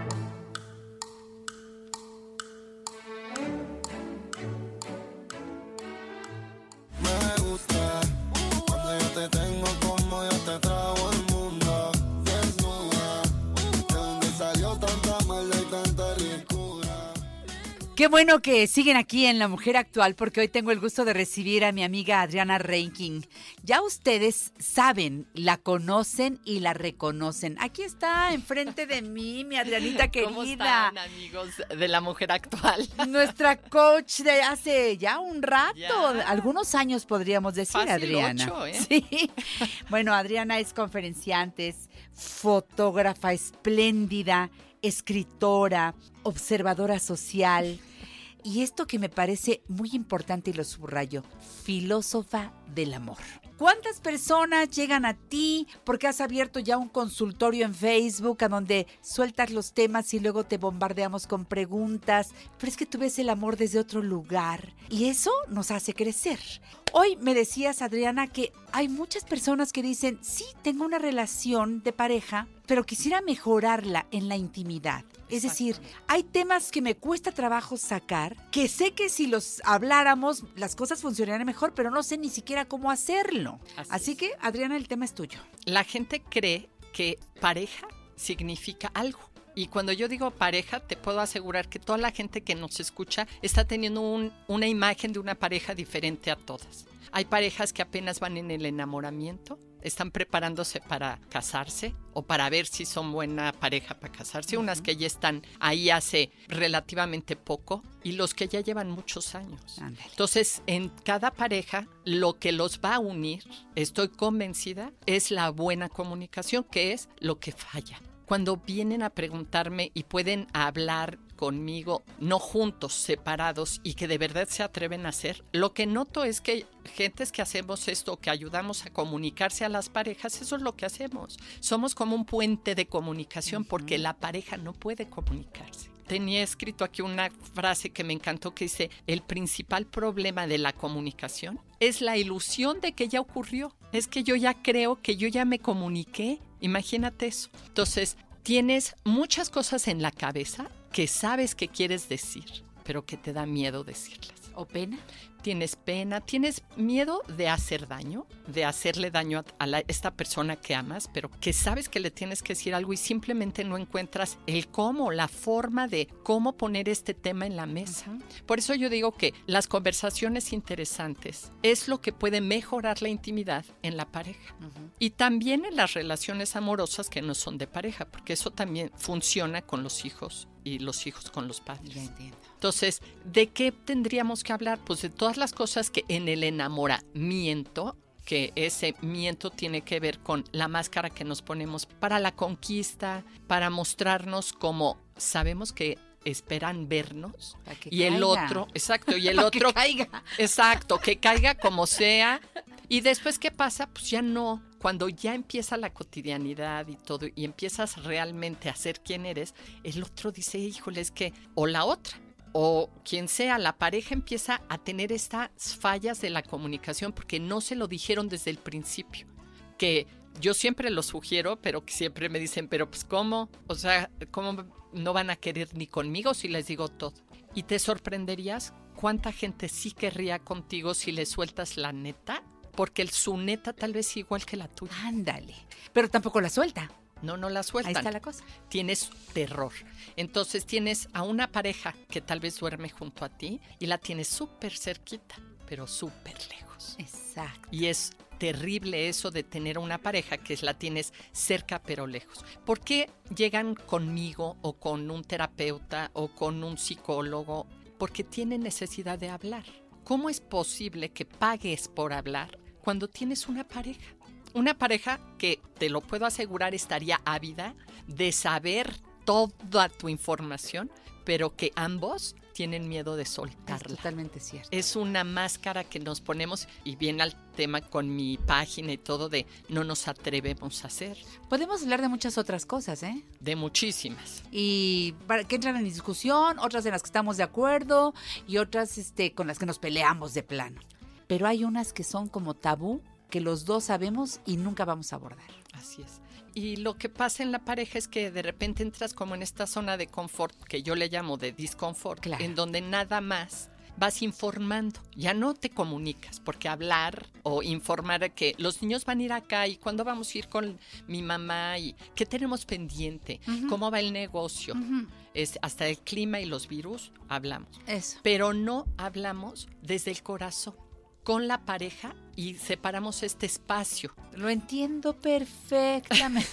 Me gusta cuando yo te tengo como yo te trago el mundo desnudo. Qué bueno que siguen aquí en La Mujer Actual, porque hoy tengo el gusto de recibir a mi amiga Adriana Reinking. Ya ustedes saben, la conocen y la reconocen. Aquí está enfrente de mí, mi Adrianita querida. ¿Cómo están, amigos de La Mujer Actual? Nuestra coach de hace ya un rato, Ya. algunos años podríamos decir, Fácil Adriana. ocho, ¿eh? Sí. Bueno, Adriana es conferenciante, es fotógrafa espléndida, escritora, observadora social. Y esto que me parece muy importante y lo subrayo, filósofa del amor. ¿Cuántas personas llegan a ti porque has abierto ya un consultorio en Facebook a donde sueltas los temas y luego te bombardeamos con preguntas? Pero es que tú ves el amor desde otro lugar y eso nos hace crecer. Hoy me decías, Adriana, que hay muchas personas que dicen, sí, tengo una relación de pareja, pero quisiera mejorarla en la intimidad. Es decir, hay temas que me cuesta trabajo sacar, que sé que si los habláramos las cosas funcionarían mejor, pero no sé ni siquiera cómo hacerlo. Así, Así es. que, Adriana, el tema es tuyo. La gente cree que pareja significa algo. Y cuando yo digo pareja, te puedo asegurar que toda la gente que nos escucha está teniendo un, una imagen de una pareja diferente a todas. Hay parejas que apenas van en el enamoramiento, están preparándose para casarse o para ver si son buena pareja para casarse. Uh-huh. Unas que ya están ahí hace relativamente poco y los que ya llevan muchos años. Ándale. Entonces, en cada pareja, lo que los va a unir, estoy convencida, es la buena comunicación, que es lo que falla. Cuando vienen a preguntarme y pueden hablar conmigo, no juntos, separados, y que de verdad se atreven a hacer, lo que noto es que gentes que hacemos esto, que ayudamos a comunicarse a las parejas, eso es lo que hacemos. Somos como un puente de comunicación, uh-huh, porque la pareja no puede comunicarse. Tenía escrito aquí una frase que me encantó que dice, el principal problema de la comunicación es la ilusión de que ya ocurrió. Es que yo ya creo que yo ya me comuniqué. Imagínate eso. Entonces, tienes muchas cosas en la cabeza que sabes que quieres decir, pero que te da miedo decirlas. ¿O pena? Tienes pena, tienes miedo de hacer daño, de hacerle daño a, a la, esta persona que amas, pero que sabes que le tienes que decir algo y simplemente no encuentras el cómo, la forma de cómo poner este tema en la mesa. Uh-huh. Por eso yo digo que las conversaciones interesantes es lo que puede mejorar la intimidad en la pareja. Uh-huh. Y también en las relaciones amorosas que no son de pareja, porque eso también funciona con los hijos y los hijos con los padres. Ya entiendo. Entonces, ¿de qué tendríamos que hablar? Pues de todas las cosas que en el enamoramiento, que ese miento tiene que ver con la máscara que nos ponemos para la conquista, para mostrarnos como sabemos que esperan vernos y caiga. El otro, exacto, y el para otro, que caiga. Exacto, que caiga como sea. Y después, ¿qué pasa? Pues ya no. Cuando ya empieza la cotidianidad y todo, y empiezas realmente a ser quien eres, el otro dice, híjole, es que, o la otra, o quien sea, la pareja empieza a tener estas fallas de la comunicación porque no se lo dijeron desde el principio. Que yo siempre lo sugiero, pero que siempre me dicen, pero pues ¿cómo? O sea, ¿cómo no van a querer ni conmigo si les digo todo? Y te sorprenderías cuánta gente sí querría contigo si le sueltas la neta, porque el, su neta tal vez es igual que la tuya. Ándale, pero tampoco la suelta. No, no la sueltan. Ahí está la cosa. Tienes terror. Entonces tienes a una pareja que tal vez duerme junto a ti y la tienes súper cerquita, pero súper lejos. Exacto. Y es terrible eso de tener una pareja que la tienes cerca pero lejos. ¿Por qué llegan conmigo o con un terapeuta o con un psicólogo? Porque tienen necesidad de hablar. ¿Cómo es posible que pagues por hablar cuando tienes una pareja? Una pareja que, te lo puedo asegurar, estaría ávida de saber toda tu información, pero que ambos tienen miedo de soltarla. Es totalmente cierto. Es una máscara que nos ponemos, y viene al tema con mi página y todo, de no nos atrevemos a hacer. Podemos hablar de muchas otras cosas, ¿eh? De muchísimas. Y para que entran en discusión, otras en las que estamos de acuerdo y otras este, con las que nos peleamos de plano. Pero hay unas que son como tabú, que los dos sabemos y nunca vamos a abordar. Así es. Y lo que pasa en la pareja es que de repente entras como en esta zona de confort, que yo le llamo de disconfort, claro, en donde nada más vas informando, ya no te comunicas, porque hablar o informar que los niños van a ir acá y cuándo vamos a ir con mi mamá y qué tenemos pendiente, uh-huh, cómo va el negocio. Uh-huh. es hasta el clima y los virus hablamos. Eso. Pero no hablamos desde el corazón, con la pareja, y separamos este espacio. Lo entiendo perfectamente.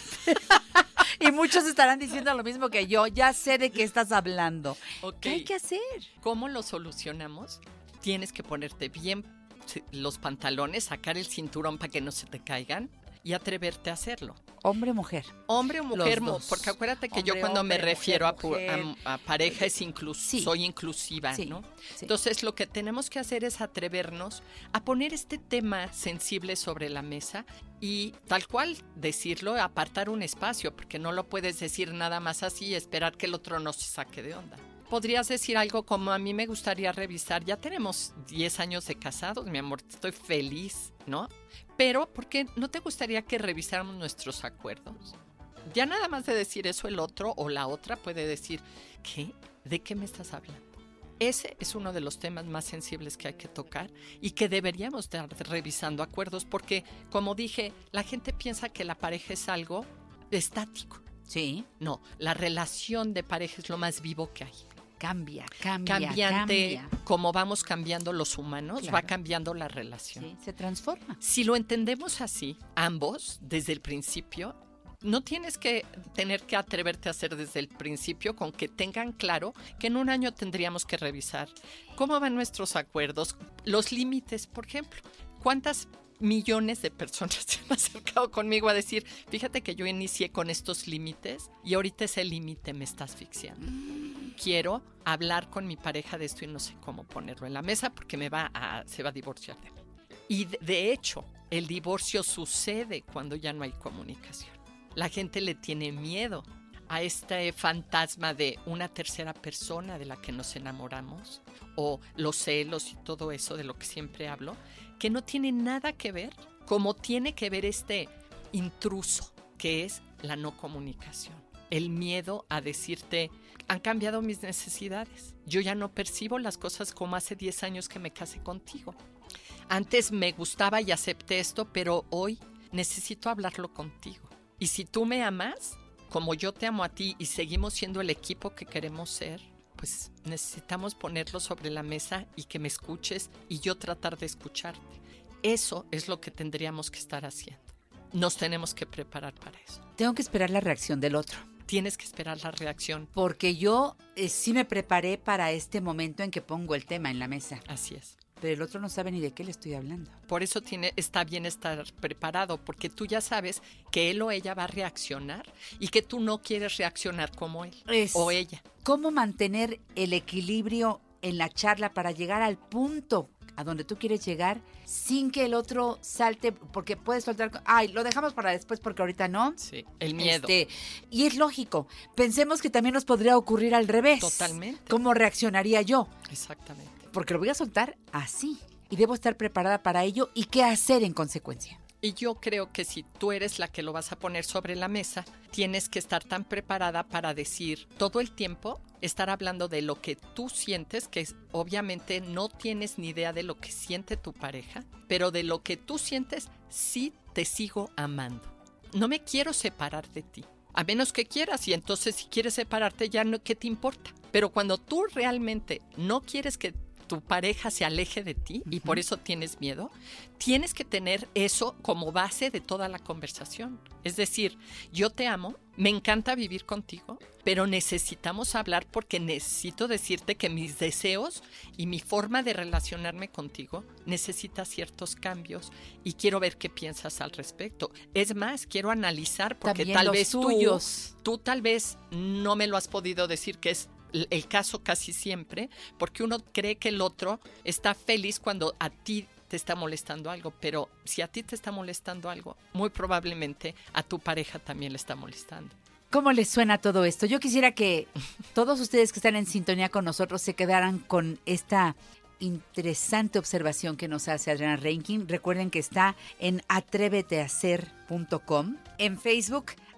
Y muchos estarán diciendo lo mismo que yo. Ya sé de qué estás hablando. Okay. ¿Qué hay que hacer? ¿Cómo lo solucionamos? Tienes que ponerte bien los pantalones, sacar el cinturón para que no se te caigan y atreverte a hacerlo. ¿Hombre o mujer? Hombre o mujer, Los dos. porque acuérdate que Hombre, yo cuando hombre, me refiero mujer, a, pu- mujer. a- a pareja es inclus- Sí. soy inclusiva, Sí, ¿no? sí. Entonces lo que tenemos que hacer es atrevernos a poner este tema sensible sobre la mesa y tal cual decirlo, apartar un espacio, porque no lo puedes decir nada más así y esperar que el otro no se saque de onda. Podrías decir algo como: a mí me gustaría revisar, ya tenemos diez años de casados, mi amor, estoy feliz, ¿no? Pero, ¿por qué no te gustaría que revisáramos nuestros acuerdos? Ya nada más de decir eso, el otro o la otra puede decir: ¿qué? ¿De qué me estás hablando? Ese es uno de los temas más sensibles que hay que tocar y que deberíamos estar revisando acuerdos, porque, como dije, la gente piensa que la pareja es algo estático. Sí. No, la relación de pareja es lo más vivo que hay. Cambia, cambia, Cambiante, cambia. como vamos cambiando los humanos, Claro. va cambiando la relación. Sí, se transforma. Si lo entendemos así, ambos, desde el principio, no tienes que tener que atreverte a hacer desde el principio, con que tengan claro que en un año tendríamos que revisar cómo van nuestros acuerdos, los límites, por ejemplo. ¿Cuántas millones de personas se han acercado conmigo a decir: fíjate que yo inicié con estos límites y ahorita ese límite me está asfixiando? Quiero hablar con mi pareja de esto y no sé cómo ponerlo en la mesa porque me va a, se va a divorciar de mí. Y de, de hecho, el divorcio sucede cuando ya no hay comunicación. La gente le tiene miedo a este fantasma de una tercera persona de la que nos enamoramos, o los celos y todo eso de lo que siempre hablo, que no tiene nada que ver, como tiene que ver este intruso, que es la no comunicación. El miedo a decirte: han cambiado mis necesidades. Yo ya no percibo las cosas como hace diez años que me casé contigo. Antes me gustaba y acepté esto, pero hoy necesito hablarlo contigo. Y si tú me amas, como yo te amo a ti, y seguimos siendo el equipo que queremos ser, pues necesitamos ponerlo sobre la mesa y que me escuches y yo tratar de escucharte. Eso es lo que tendríamos que estar haciendo. Nos tenemos que preparar para eso. Tengo que esperar la reacción del otro. Tienes que esperar la reacción. Porque yo eh, sí me preparé para este momento en que pongo el tema en la mesa. Así es. Pero el otro no sabe ni de qué le estoy hablando. Por eso tiene, está bien estar preparado, porque tú ya sabes que él o ella va a reaccionar y que tú no quieres reaccionar como él Es o ella. ¿Cómo mantener el equilibrio en la charla para llegar al punto a donde tú quieres llegar sin que el otro salte? Porque puedes soltar: ay, lo dejamos para después porque ahorita no. Sí, el miedo. Este, y es lógico. Pensemos que también nos podría ocurrir al revés. Totalmente. ¿Cómo reaccionaría yo? Exactamente. Porque lo voy a soltar así. Y debo estar preparada para ello y qué hacer en consecuencia. Y yo creo que si tú eres la que lo vas a poner sobre la mesa, tienes que estar tan preparada para decir todo el tiempo, estar hablando de lo que tú sientes, que es, obviamente no tienes ni idea de lo que siente tu pareja, pero de lo que tú sientes, sí te sigo amando. No me quiero separar de ti, a menos que quieras, y entonces si quieres separarte ya no, ¿qué te importa? Pero cuando tú realmente no quieres que tu pareja se aleje de ti, y por eso tienes miedo, tienes que tener eso como base de toda la conversación. Es decir, yo te amo, me encanta vivir contigo, pero necesitamos hablar porque necesito decirte que mis deseos y mi forma de relacionarme contigo necesita ciertos cambios y quiero ver qué piensas al respecto. Es más, quiero analizar porque También tal los vez tú, tuyos. tú tal vez no me lo has podido decir, que es el caso casi siempre, porque uno cree que el otro está feliz cuando a ti te está molestando algo, pero si a ti te está molestando algo, muy probablemente a tu pareja también le está molestando. ¿Cómo les suena todo esto? Yo quisiera que todos ustedes que están en sintonía con nosotros se quedaran con esta interesante observación que nos hace Adriana Reinking. Recuerden que está en atrévete a ser punto com, en Facebook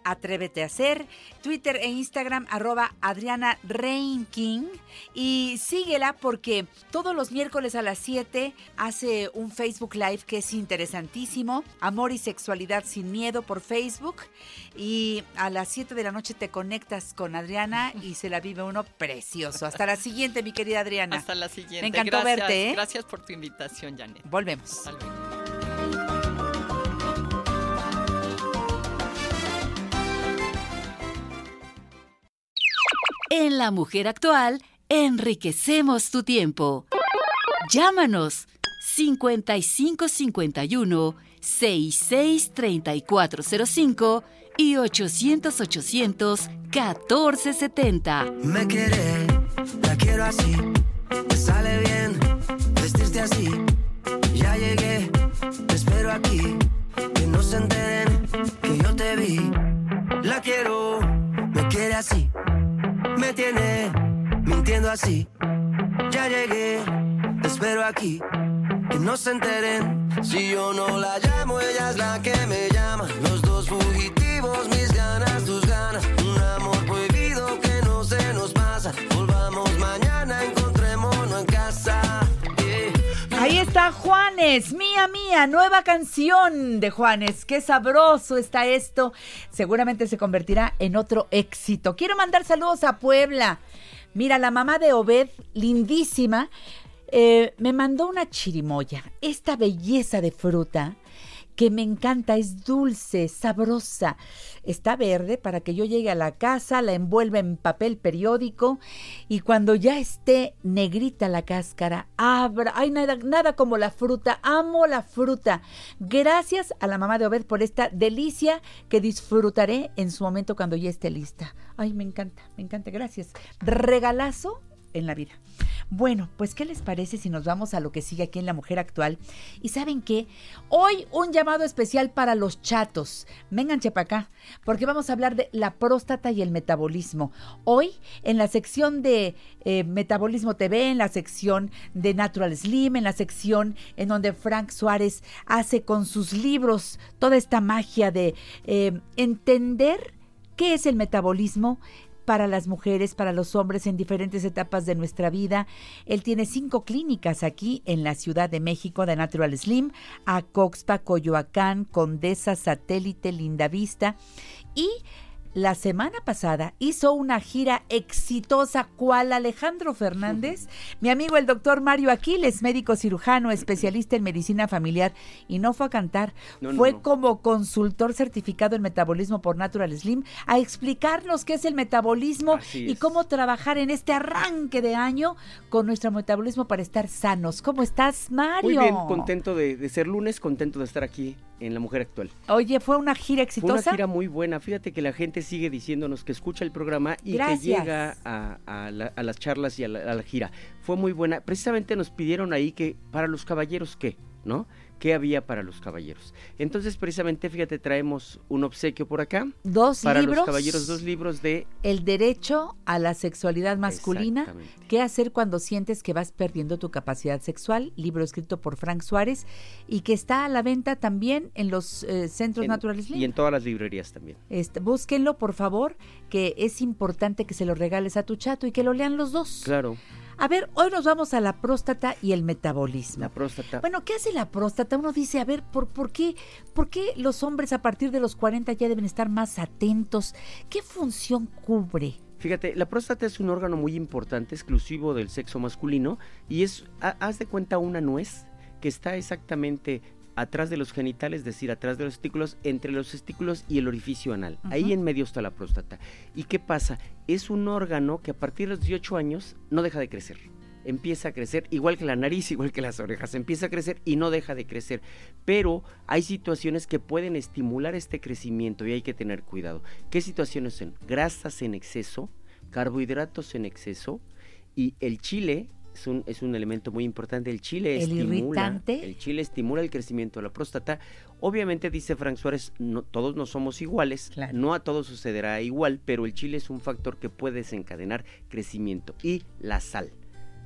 Atrévete a Ser, Twitter e Instagram, arroba Adriana Reinking, y síguela porque todos los miércoles a las siete hace un Facebook Live que es interesantísimo, Amor y Sexualidad sin Miedo por Facebook, y a las siete de la noche te conectas con Adriana y se la vive uno precioso. Hasta la siguiente, mi querida Adriana. Hasta la siguiente. Me encantó gracias, verte, ¿eh? Gracias por tu invitación, Janet. Volvemos. Hasta luego. En La Mujer Actual, enriquecemos tu tiempo. Llámanos cincuenta y cinco cincuenta y uno, sesenta y seis treinta y cuatro cero cinco y ochocientos ochocientos catorce setenta. Me quiere, la quiero así, te sale bien vestirte así. Ya llegué, te espero aquí, que no se enteren que yo te vi. La quiero, me quiere así, me tiene mintiendo así. Ya llegué, te espero aquí, que no se enteren. Si yo no la llamo, ella es la que me llama. Los dos fugitivos, mis ganas, tus ganas. Un amor prohibido que no se nos pasa. Volvamos mañana, encontrémonos en casa. Yeah. Ahí está Juanes, Mía Mía, nueva canción de Juanes. Qué sabroso está esto. Seguramente se convertirá en otro éxito. Quiero mandar saludos a Puebla. Mira, la mamá de Obed, lindísima, eh, me mandó una chirimoya. Esta belleza de fruta que me encanta, es dulce, sabrosa. Está verde para que yo llegue a la casa, la envuelva en papel periódico y cuando ya esté negrita la cáscara, abra. Ay, nada, nada como la fruta. Amo la fruta. Gracias a la mamá de Obed por esta delicia que disfrutaré en su momento cuando ya esté lista. Ay, me encanta, me encanta. Gracias. Regalazo en la vida. Bueno, pues ¿qué les parece si nos vamos a lo que sigue aquí en La Mujer Actual? Y ¿saben qué? Hoy un llamado especial para los chatos. Vénganse para acá, porque vamos a hablar de la próstata y el metabolismo. Hoy, en la sección de eh, Metabolismo T V, en la sección de Natural Slim, en la sección en donde Frank Suárez hace con sus libros toda esta magia de eh, entender qué es el metabolismo para las mujeres, para los hombres en diferentes etapas de nuestra vida. Él tiene cinco clínicas aquí en la Ciudad de México de Natural Slim, Acoxpa, Coyoacán, Condesa, Satélite, Lindavista, y la semana pasada hizo una gira exitosa cual Alejandro Fernández, mi amigo el doctor Mario Aquiles, médico cirujano, especialista en medicina familiar, y no fue a cantar, no, no, fue no. como consultor certificado en metabolismo por Natural Slim a explicarnos qué es el metabolismo Así y es. cómo trabajar en este arranque de año con nuestro metabolismo para estar sanos. ¿Cómo estás, Mario? Muy bien, contento de, de ser lunes, contento de estar aquí en La Mujer Actual. Oye, ¿fue una gira exitosa? Fue una gira muy buena. Fíjate que la gente sigue diciéndonos que escucha el programa y Gracias. que llega a, a, la- a las charlas y a la, a la gira. Fue muy buena. Precisamente nos pidieron ahí que para los caballeros, ¿qué? ¿No? ¿Qué había para los caballeros? Entonces, precisamente, fíjate, traemos un obsequio por acá. Dos para libros. los caballeros, dos libros de... El derecho a la sexualidad masculina. Exactamente. ¿Qué hacer cuando sientes que vas perdiendo tu capacidad sexual? Libro escrito por Frank Suárez y que está a la venta también en los eh, centros en- Natural Slim. y en todas las librerías también. Este, búsquenlo, por favor, que es importante que se lo regales a tu chato y que lo lean los dos. Claro, A ver, hoy nos vamos a la próstata y el metabolismo. la próstata. Bueno, ¿qué hace la próstata? Uno dice, a ver, ¿por, por, qué, ¿por qué los hombres a partir de los cuarenta ya deben estar más atentos? ¿Qué función cubre? Fíjate, la próstata es un órgano muy importante, exclusivo del sexo masculino, y es, ha- haz de cuenta, una nuez que está exactamente atrás de los genitales, es decir, atrás de los testículos, entre los testículos y el orificio anal. Ujú. Ahí en medio está la próstata. ¿Y qué pasa? Es un órgano que a partir de los dieciocho años no deja de crecer. Empieza a crecer, igual que la nariz, igual que las orejas, empieza a crecer y no deja de crecer. Pero hay situaciones que pueden estimular este crecimiento y hay que tener cuidado. ¿Qué situaciones son? Grasas en exceso, carbohidratos en exceso, y el chile es un, es un elemento muy importante. El chile ¿El estimula, irritante? el chile estimula el crecimiento de la próstata. Obviamente, dice Frank Suárez, no, todos no somos iguales, Claro. no a todos sucederá igual, pero el chile es un factor que puede desencadenar crecimiento. Y la sal.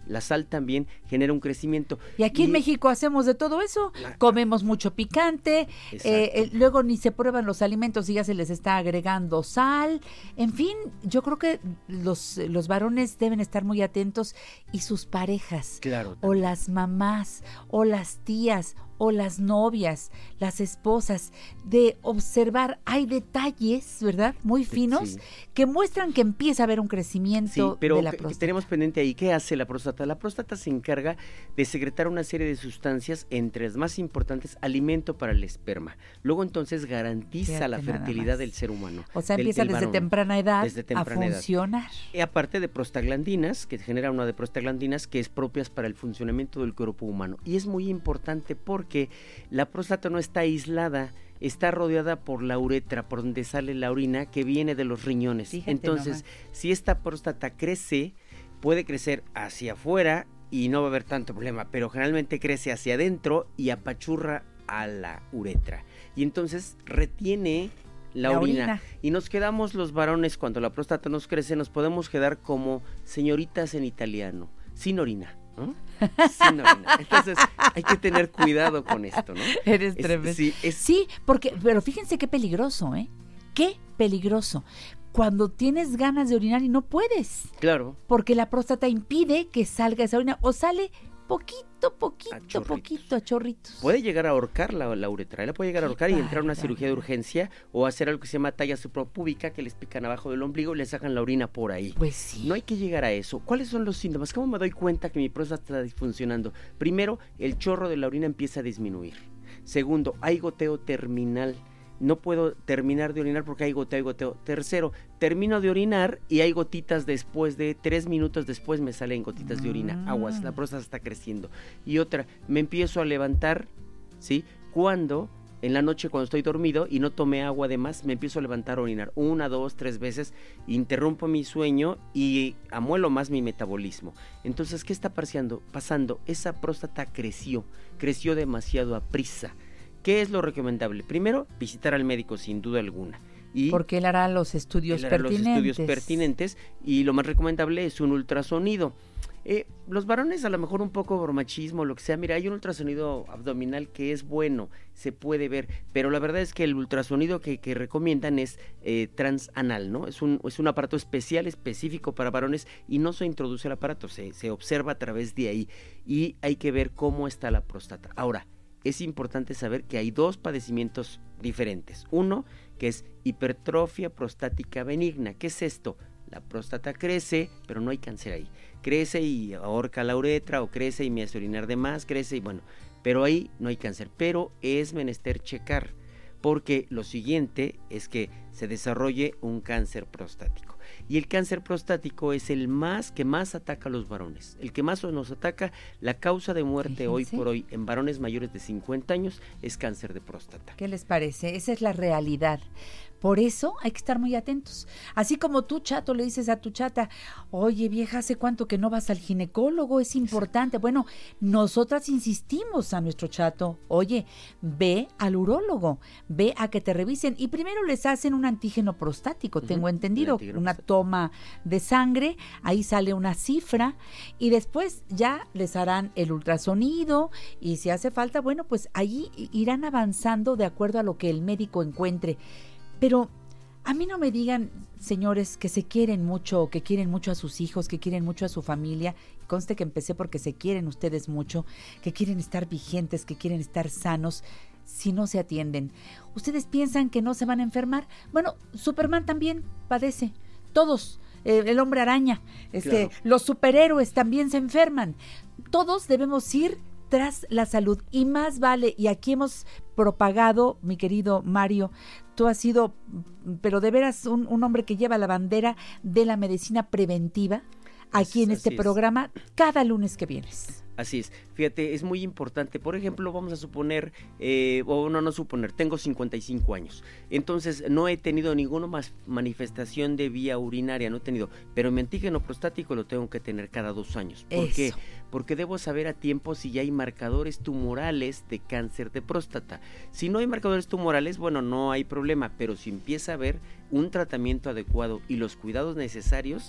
La sal también genera un crecimiento. Y aquí y, en México hacemos de todo eso, la, comemos mucho picante, eh, eh, luego ni se prueban los alimentos y ya se les está agregando sal. En fin, yo creo que los, los varones deben estar muy atentos y sus parejas, claro, o las mamás, o las tías, o las novias, las esposas, de observar, hay detalles, ¿verdad? Muy finos, sí, que muestran que empieza a haber un crecimiento sí, pero de la que, próstata. Que tenemos pendiente ahí, ¿qué hace la próstata? La próstata se encarga de secretar una serie de sustancias, entre las más importantes, alimento para el esperma. Luego entonces garantiza Fíjate la fertilidad del ser humano. O sea, del, empieza del desde varón, temprana edad desde temprana a funcionar. Edad. Y aparte de prostaglandinas, que genera una de prostaglandinas que es propias para el funcionamiento del cuerpo humano. Y es muy importante porque la próstata no está aislada, está rodeada por la uretra, por donde sale la orina que viene de los riñones. Fíjate Entonces, nomás. si esta próstata crece, puede crecer hacia afuera y no va a haber tanto problema, pero generalmente crece hacia adentro y apachurra a la uretra. Y entonces retiene la, la orina. orina. Y nos quedamos los varones, cuando la próstata nos crece, nos podemos quedar como señoritas en italiano, sin orina. ¿no? Sin orina. Entonces hay que tener cuidado con esto, ¿no? Eres es, tremendo. Sí, es... sí, porque, pero fíjense qué peligroso, ¿eh? Qué peligroso. Cuando tienes ganas de orinar y no puedes. Claro. Porque la próstata impide que salga esa orina o sale poquito, poquito, a poquito, a chorritos. Puede llegar a ahorcar la, la uretra, la puede llegar a ahorcar y entrar a una cirugía de urgencia o hacer algo que se llama talla suprapúbica, que les pican abajo del ombligo y le sacan la orina por ahí. Pues sí. No hay que llegar a eso. ¿Cuáles son los síntomas? ¿Cómo me doy cuenta que mi próstata está disfuncionando? Primero, el chorro de la orina empieza a disminuir. Segundo, hay goteo terminal. No puedo terminar de orinar porque hay goteo, hay goteo. Tercero, termino de orinar y hay gotitas después de tres minutos después me salen gotitas de orina. Aguas, la próstata está creciendo. Y otra, me empiezo a levantar, ¿sí? Cuando en la noche, cuando estoy dormido y no tomé agua de más, me empiezo a levantar a orinar una, dos, tres veces, interrumpo mi sueño y amuelo más mi metabolismo. Entonces, ¿qué está pasando? Pasando, esa próstata creció, creció demasiado a prisa. ¿Qué es lo recomendable? Primero, visitar al médico sin duda alguna. Y porque él hará los estudios él hará pertinentes. los estudios pertinentes y lo más recomendable es un ultrasonido. Eh, los varones a lo mejor un poco por machismo, lo que sea, mira, hay un ultrasonido abdominal que es bueno, se puede ver, pero la verdad es que el ultrasonido que, que recomiendan es eh, transanal, ¿no? Es un, es un aparato especial, específico para varones y no se introduce el aparato, se, se observa a través de ahí y hay que ver cómo está la próstata. Ahora, es importante saber que hay dos padecimientos diferentes. Uno, que es hipertrofia prostática benigna. ¿Qué es esto? La próstata crece, pero no hay cáncer ahí. Crece y ahorca la uretra, o crece y me hace orinar de más, crece y bueno, pero ahí no hay cáncer. Pero es menester checar, porque lo siguiente es que se desarrolle un cáncer prostático. Y el cáncer prostático es el más que más ataca a los varones. El que más nos ataca, la causa de muerte Fíjense. hoy por hoy en varones mayores de cincuenta años es cáncer de próstata. ¿Qué les parece? Esa es la realidad. Por eso hay que estar muy atentos. Así como tú, chato, le dices a tu chata, oye, vieja, ¿hace cuánto que no vas al ginecólogo? Es importante. Bueno, nosotras insistimos a nuestro chato, oye, ve al urólogo, ve a que te revisen. Y primero les hacen un antígeno prostático, uh-huh. tengo entendido, una toma de sangre, ahí sale una cifra, y después ya les harán el ultrasonido, y si hace falta, bueno, pues ahí irán avanzando de acuerdo a lo que el médico encuentre. Pero a mí no me digan, señores, que se quieren mucho, que quieren mucho a sus hijos, que quieren mucho a su familia. Conste que empecé porque se quieren ustedes mucho, que quieren estar vigentes, que quieren estar sanos, si no se atienden. ¿Ustedes piensan que no se van a enfermar? Bueno, Superman también padece, todos. Eh, el hombre araña, este, claro. Los superhéroes también se enferman. Todos debemos ir tras la salud y más vale, y aquí hemos propagado, mi querido Mario, tú has sido, pero de veras un, un hombre que lleva la bandera de la medicina preventiva aquí en este programa cada lunes que vienes. Así es, fíjate, es muy importante, por ejemplo, vamos a suponer, eh, o no, no suponer, tengo cincuenta y cinco años, entonces no he tenido ninguna más manifestación de vía urinaria, no he tenido, pero mi antígeno prostático lo tengo que tener cada dos años. ¿Por Eso. qué? Porque debo saber a tiempo si ya hay marcadores tumorales de cáncer de próstata. Si no hay marcadores tumorales, bueno, no hay problema, pero si empieza a haber un tratamiento adecuado y los cuidados necesarios,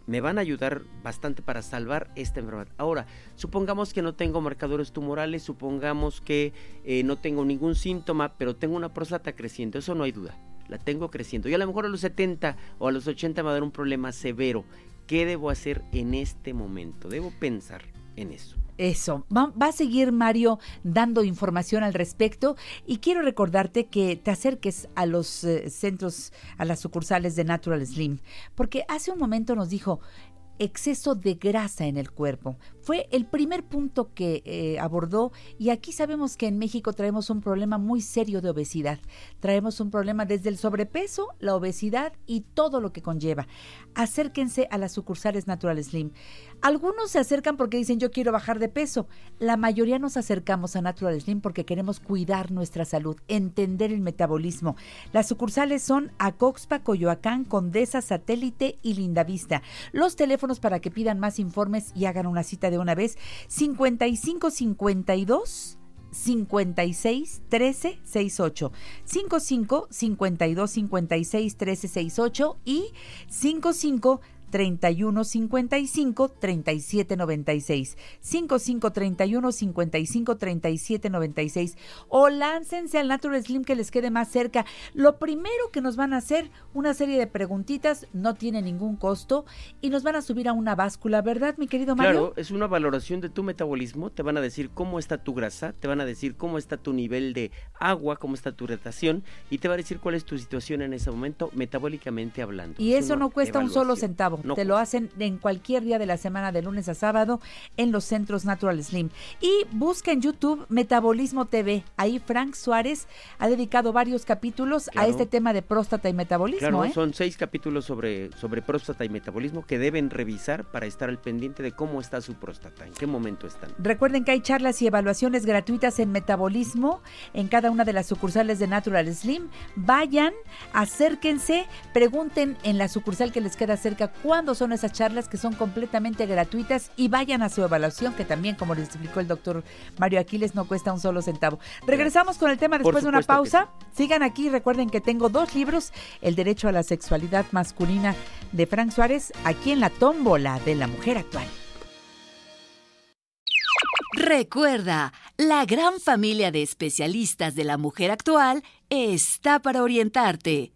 me van a ayudar bastante para salvar esta enfermedad. Ahora, supongamos que no tengo marcadores tumorales, supongamos que eh, no tengo ningún síntoma, pero tengo una próstata creciendo, eso no hay duda, la tengo creciendo. Y a lo mejor a los setenta o a los ochenta me va a dar un problema severo. ¿Qué debo hacer en este momento? Debo pensar en eso. Eso, va, va a seguir Mario dando información al respecto y quiero recordarte que te acerques a los eh, centros, a las sucursales de Natural Slim, porque hace un momento nos dijo exceso de grasa en el cuerpo. Fue el primer punto que eh, abordó y aquí sabemos que en México traemos un problema muy serio de obesidad. Traemos un problema desde el sobrepeso, la obesidad y todo lo que conlleva. Acérquense a las sucursales Natural Slim. Algunos se acercan porque dicen yo quiero bajar de peso. La mayoría nos acercamos a Natural Slim porque queremos cuidar nuestra salud, entender el metabolismo. Las sucursales son Acoxpa, Coyoacán, Condesa, Satélite y Lindavista. Los teléfonos para que pidan más informes y hagan una cita de una vez, cincuenta y cinco cincuenta y dos cincuenta y seis trece sesenta y ocho, cincuenta y cinco cincuenta y dos cincuenta y seis trece sesenta y ocho y cincuenta y cinco treinta y uno cincuenta y cinco treinta y siete noventa y seis, cincuenta y cinco treinta y uno cincuenta y cinco treinta y siete noventa y seis, o láncense al Natural Slim que les quede más cerca. Lo primero que nos van a hacer, una serie de preguntitas, no tiene ningún costo y nos van a subir a una báscula, ¿verdad, mi querido Mario? Claro, es una valoración de tu metabolismo, te van a decir cómo está tu grasa, te van a decir cómo está tu nivel de agua, cómo está tu hidratación y te va a decir cuál es tu situación en ese momento metabólicamente hablando. Y es eso no cuesta un solo evaluación. centavo. No te lo hacen en cualquier día de la semana, de lunes a sábado, en los centros Natural Slim. Y busca en YouTube Metabolismo T V. Ahí Frank Suárez ha dedicado varios capítulos Claro. a este tema de próstata y metabolismo. Claro, ¿eh? son seis capítulos sobre, sobre próstata y metabolismo que deben revisar para estar al pendiente de cómo está su próstata, en qué momento están. Recuerden que hay charlas y evaluaciones gratuitas en metabolismo en cada una de las sucursales de Natural Slim. Vayan, acérquense, pregunten en la sucursal que les queda cerca cuándo son esas charlas, que son completamente gratuitas, y vayan a su evaluación, que también, como les explicó el doctor Mario Aquiles, no cuesta un solo centavo. Regresamos con el tema después de una pausa. Sigan aquí, recuerden que tengo dos libros, El derecho a la sexualidad masculina de Frank Suárez, aquí en la tómbola de la mujer actual. Recuerda, la gran familia de especialistas de la mujer actual está para orientarte.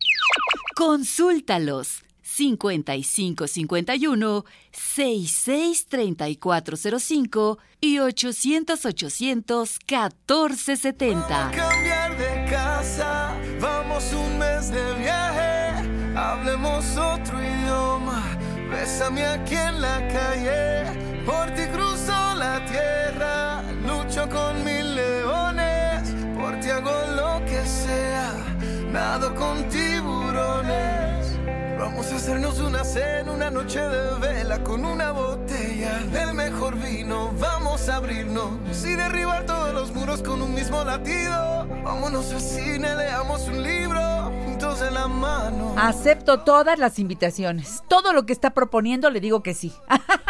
Consúltalos. cincuenta y cinco cincuenta y uno, sesenta y seis treinta y cuatro cero cinco y ochocientos ochocientos catorce setenta. Cambiar de casa, vamos un mes de viaje, hablemos otro idioma, bésame aquí en la calle, por ti cruzo la tierra, lucho con mil leones, por ti hago lo que sea, nado con tiburones. Vamos a hacernos una cena, una noche de vela con una botella del mejor vino. Vamos a abrirnos y derribar todos los muros con un mismo latido. Vámonos al cine, leamos un libro juntos de la mano. Acepto todas las invitaciones. Todo lo que está proponiendo le digo que sí.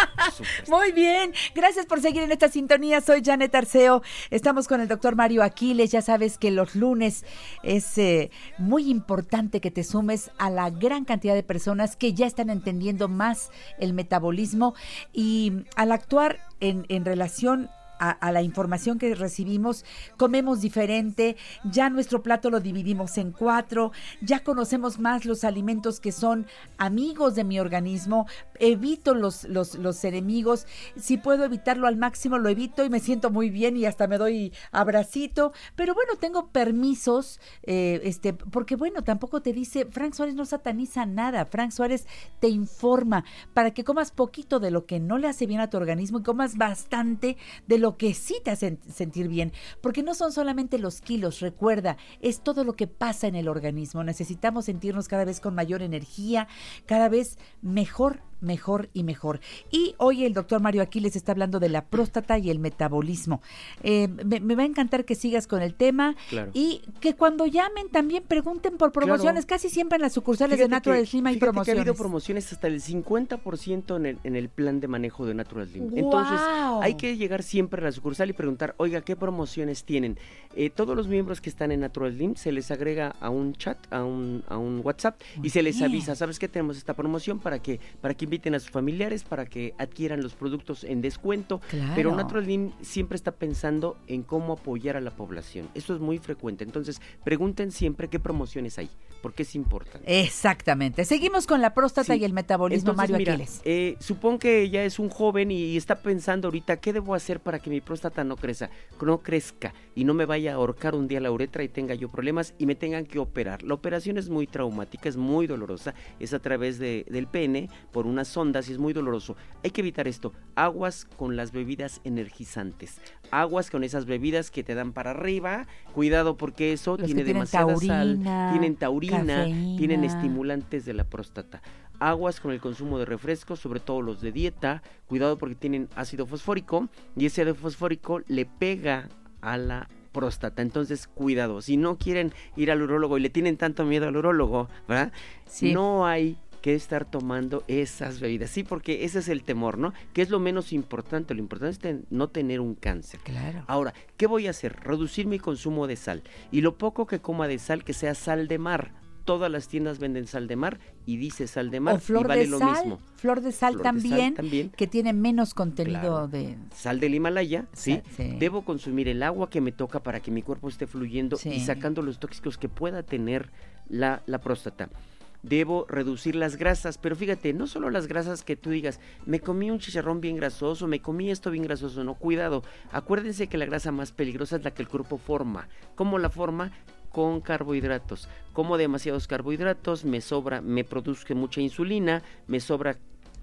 Muy bien, gracias por seguir en esta sintonía. Soy Janet Arceo. Estamos con el doctor Mario Aquiles. Ya sabes que los lunes es eh, muy importante que te sumes a la gran cantidad de personas que ya están entendiendo más el metabolismo y al actuar en, en relación A, a la información que recibimos, comemos diferente, ya nuestro plato lo dividimos en cuatro, ya conocemos más los alimentos que son amigos de mi organismo, evito los, los, los enemigos, si puedo evitarlo al máximo lo evito y me siento muy bien y hasta me doy abracito, pero bueno, tengo permisos, eh, este, porque bueno, tampoco te dice, Frank Suárez no sataniza nada, Frank Suárez te informa para que comas poquito de lo que no le hace bien a tu organismo y comas bastante de lo que sí te hace sentir bien, porque no son solamente los kilos, recuerda, es todo lo que pasa en el organismo. Necesitamos sentirnos cada vez con mayor energía, cada vez mejor, mejor y mejor. Y hoy el doctor Mario Aquiles está hablando de la próstata y el metabolismo. Eh, me, me va a encantar que sigas con el tema, claro, y que cuando llamen también pregunten por promociones. Claro. Casi siempre en las sucursales fíjate de Natural que, Slim hay promociones. Que ha habido promociones hasta el cincuenta por ciento en el, en el plan de manejo de Natural Slim. Wow. Entonces hay que llegar siempre a la sucursal y preguntar, oiga, ¿qué promociones tienen? Eh, todos los miembros que están en Natural Slim se les agrega a un chat, a un, a un WhatsApp, muy y se les bien. avisa, ¿sabes qué? Tenemos esta promoción para que, para que inviten a sus familiares para que adquieran los productos en descuento. Claro. Pero Naturalin siempre está pensando en cómo apoyar a la población. Eso es muy frecuente. Entonces, pregunten siempre qué promociones hay, porque es importante. Exactamente. Seguimos con la próstata Sí. y el metabolismo, Entonces, Mario mira, Aquiles. Eh, supón que ella es un joven y está pensando ahorita, ¿qué debo hacer para que mi próstata no crezca? No crezca y no me vaya a ahorcar un día la uretra y tenga yo problemas y me tengan que operar. La operación es muy traumática, es muy dolorosa, es a través de, del pene, por unas sondas y es muy doloroso. Hay que evitar esto. Aguas con las bebidas energizantes. Aguas con esas bebidas que te dan para arriba. Cuidado porque eso Los tiene que tienen demasiada taurina, sal, tienen taurina, cafeína. tienen estimulantes de la próstata. Aguas con el consumo de refrescos, sobre todo los de dieta. Cuidado porque tienen ácido fosfórico y ese ácido fosfórico le pega a la próstata. Entonces, cuidado. Si no quieren ir al urólogo y le tienen tanto miedo al urólogo, ¿verdad? Sí. No hay que estar tomando esas bebidas. Sí, porque ese es el temor, ¿no? Que es lo menos importante. Lo importante es ten- no tener un cáncer. Claro. Ahora, ¿qué voy a hacer? Reducir mi consumo de sal. Y lo poco que coma de sal, que sea sal de mar. Todas las tiendas venden sal de mar y dice sal de mar O flor y vale de lo sal, mismo. flor de sal, Flor de sal también, también. que tiene menos contenido Claro. de... Sal del Himalaya, ¿sí? sí. Debo consumir el agua que me toca para que mi cuerpo esté fluyendo Sí. y sacando los tóxicos que pueda tener la, la próstata. Debo reducir las grasas, pero fíjate, no solo las grasas que tú digas, me comí un chicharrón bien grasoso, me comí esto bien grasoso, no, cuidado. Acuérdense que la grasa más peligrosa es la que el cuerpo forma. ¿Cómo la forma? Con carbohidratos. Como demasiados carbohidratos, me sobra, me produce mucha insulina, me sobra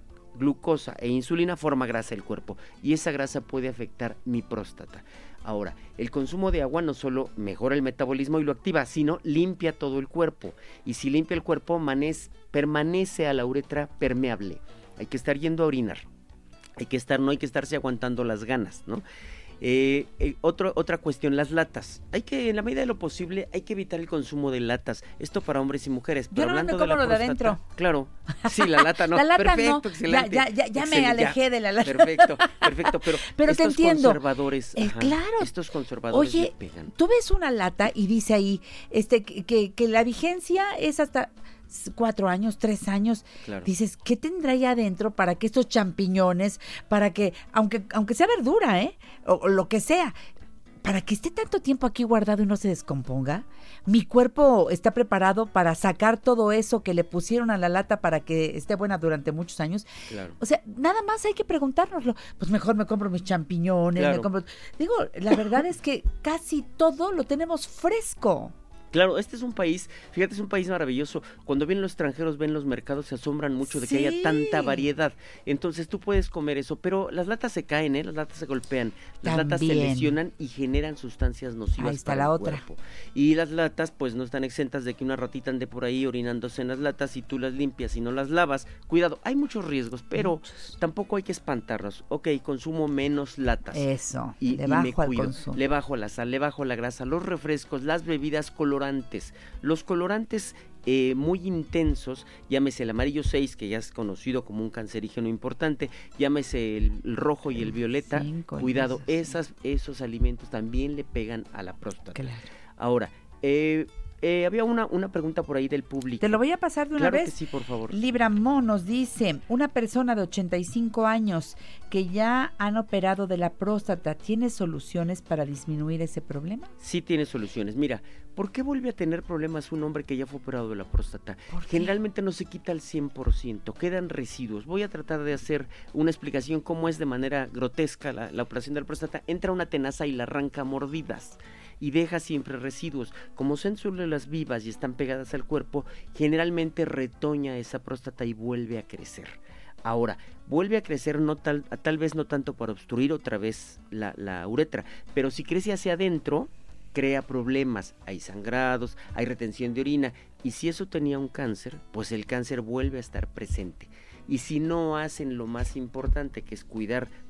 glucosa e insulina, forma grasa el cuerpo y esa grasa puede afectar mi próstata. Ahora, el consumo de agua no solo mejora el metabolismo y lo activa, sino limpia todo el cuerpo. Y si limpia el cuerpo, manez, permanece a la uretra permeable. Hay que estar yendo a orinar. Hay que estar, no hay que estarse aguantando las ganas, ¿no? Eh, eh, otro, otra cuestión, las latas. Hay que, en la medida de lo posible, hay que evitar el consumo de latas. Esto para hombres y mujeres. Pero Yo no me hablando como de la lo de próstata, adentro. Claro. Sí, la lata no. La lata perfecto, no. excelente. Ya, ya, ya, ya me Excelente, alejé de la lata. Perfecto, perfecto. Pero, Pero te estos entiendo. conservadores, Eh, ajá, claro. estos conservadores Oye, le pegan. tú ves una lata y dice ahí este que, que, que la vigencia es hasta cuatro años, tres años. Claro. Dices, ¿qué tendrá ahí adentro para que estos champiñones, para que, aunque, aunque sea verdura, ¿eh? O, o lo que sea, para que esté tanto tiempo aquí guardado y no se descomponga? Mi cuerpo está preparado para sacar todo eso que le pusieron a la lata para que esté buena durante muchos años. Claro. O sea, nada más hay que preguntárnoslo. Pues mejor me compro mis champiñones, Claro. me compro... Digo, la verdad es que casi todo lo tenemos fresco. Claro, este es un país, fíjate, es un país maravilloso. Cuando vienen los extranjeros, ven los mercados, se asombran mucho de que Sí. haya tanta variedad. Entonces tú puedes comer eso, pero las latas se caen, ¿eh? Las latas se golpean, las latas se También. lesionan y generan sustancias nocivas Ahí está para la el otra. cuerpo. Y las latas, pues no están exentas de que una ratita ande por ahí orinándose en las latas y tú las limpias y no las lavas. Cuidado, hay muchos riesgos, pero tampoco hay que espantarnos. Ok, consumo menos latas. Eso, y, le y bajo me al cuido. consumo. Le bajo la sal, le bajo la grasa, los refrescos, las bebidas colorantes. Los colorantes eh, muy intensos, llámese el amarillo seis, que ya es conocido como un cancerígeno importante, llámese el, el rojo y el violeta, cinco, cuidado, entonces, esas, esos alimentos también le pegan a la próstata. Claro. Ahora, eh, eh, había una, una pregunta por ahí del público. Te lo voy a pasar de una Claro vez. que sí, por favor. Libra Mo nos dice, una persona de ochenta y cinco años que ya han operado de la próstata, ¿tiene soluciones para disminuir ese problema? Sí tiene soluciones. Mira, ¿por qué vuelve a tener problemas un hombre que ya fue operado de la próstata? Generalmente no se quita al cien por ciento, quedan residuos. Voy a tratar de hacer una explicación cómo es de manera grotesca la, la operación de la próstata. Entra una tenaza y la arranca a mordidas y deja siempre residuos. Como son células vivas y están pegadas al cuerpo, generalmente retoña esa próstata y vuelve a crecer. Ahora, vuelve a crecer no tal, tal vez no tanto para obstruir otra vez la, la uretra, pero si crece hacia adentro, crea problemas, hay sangrados, hay retención de orina, y si eso tenía un cáncer, pues el cáncer vuelve a estar presente. Y si no hacen lo más importante, que es cuidar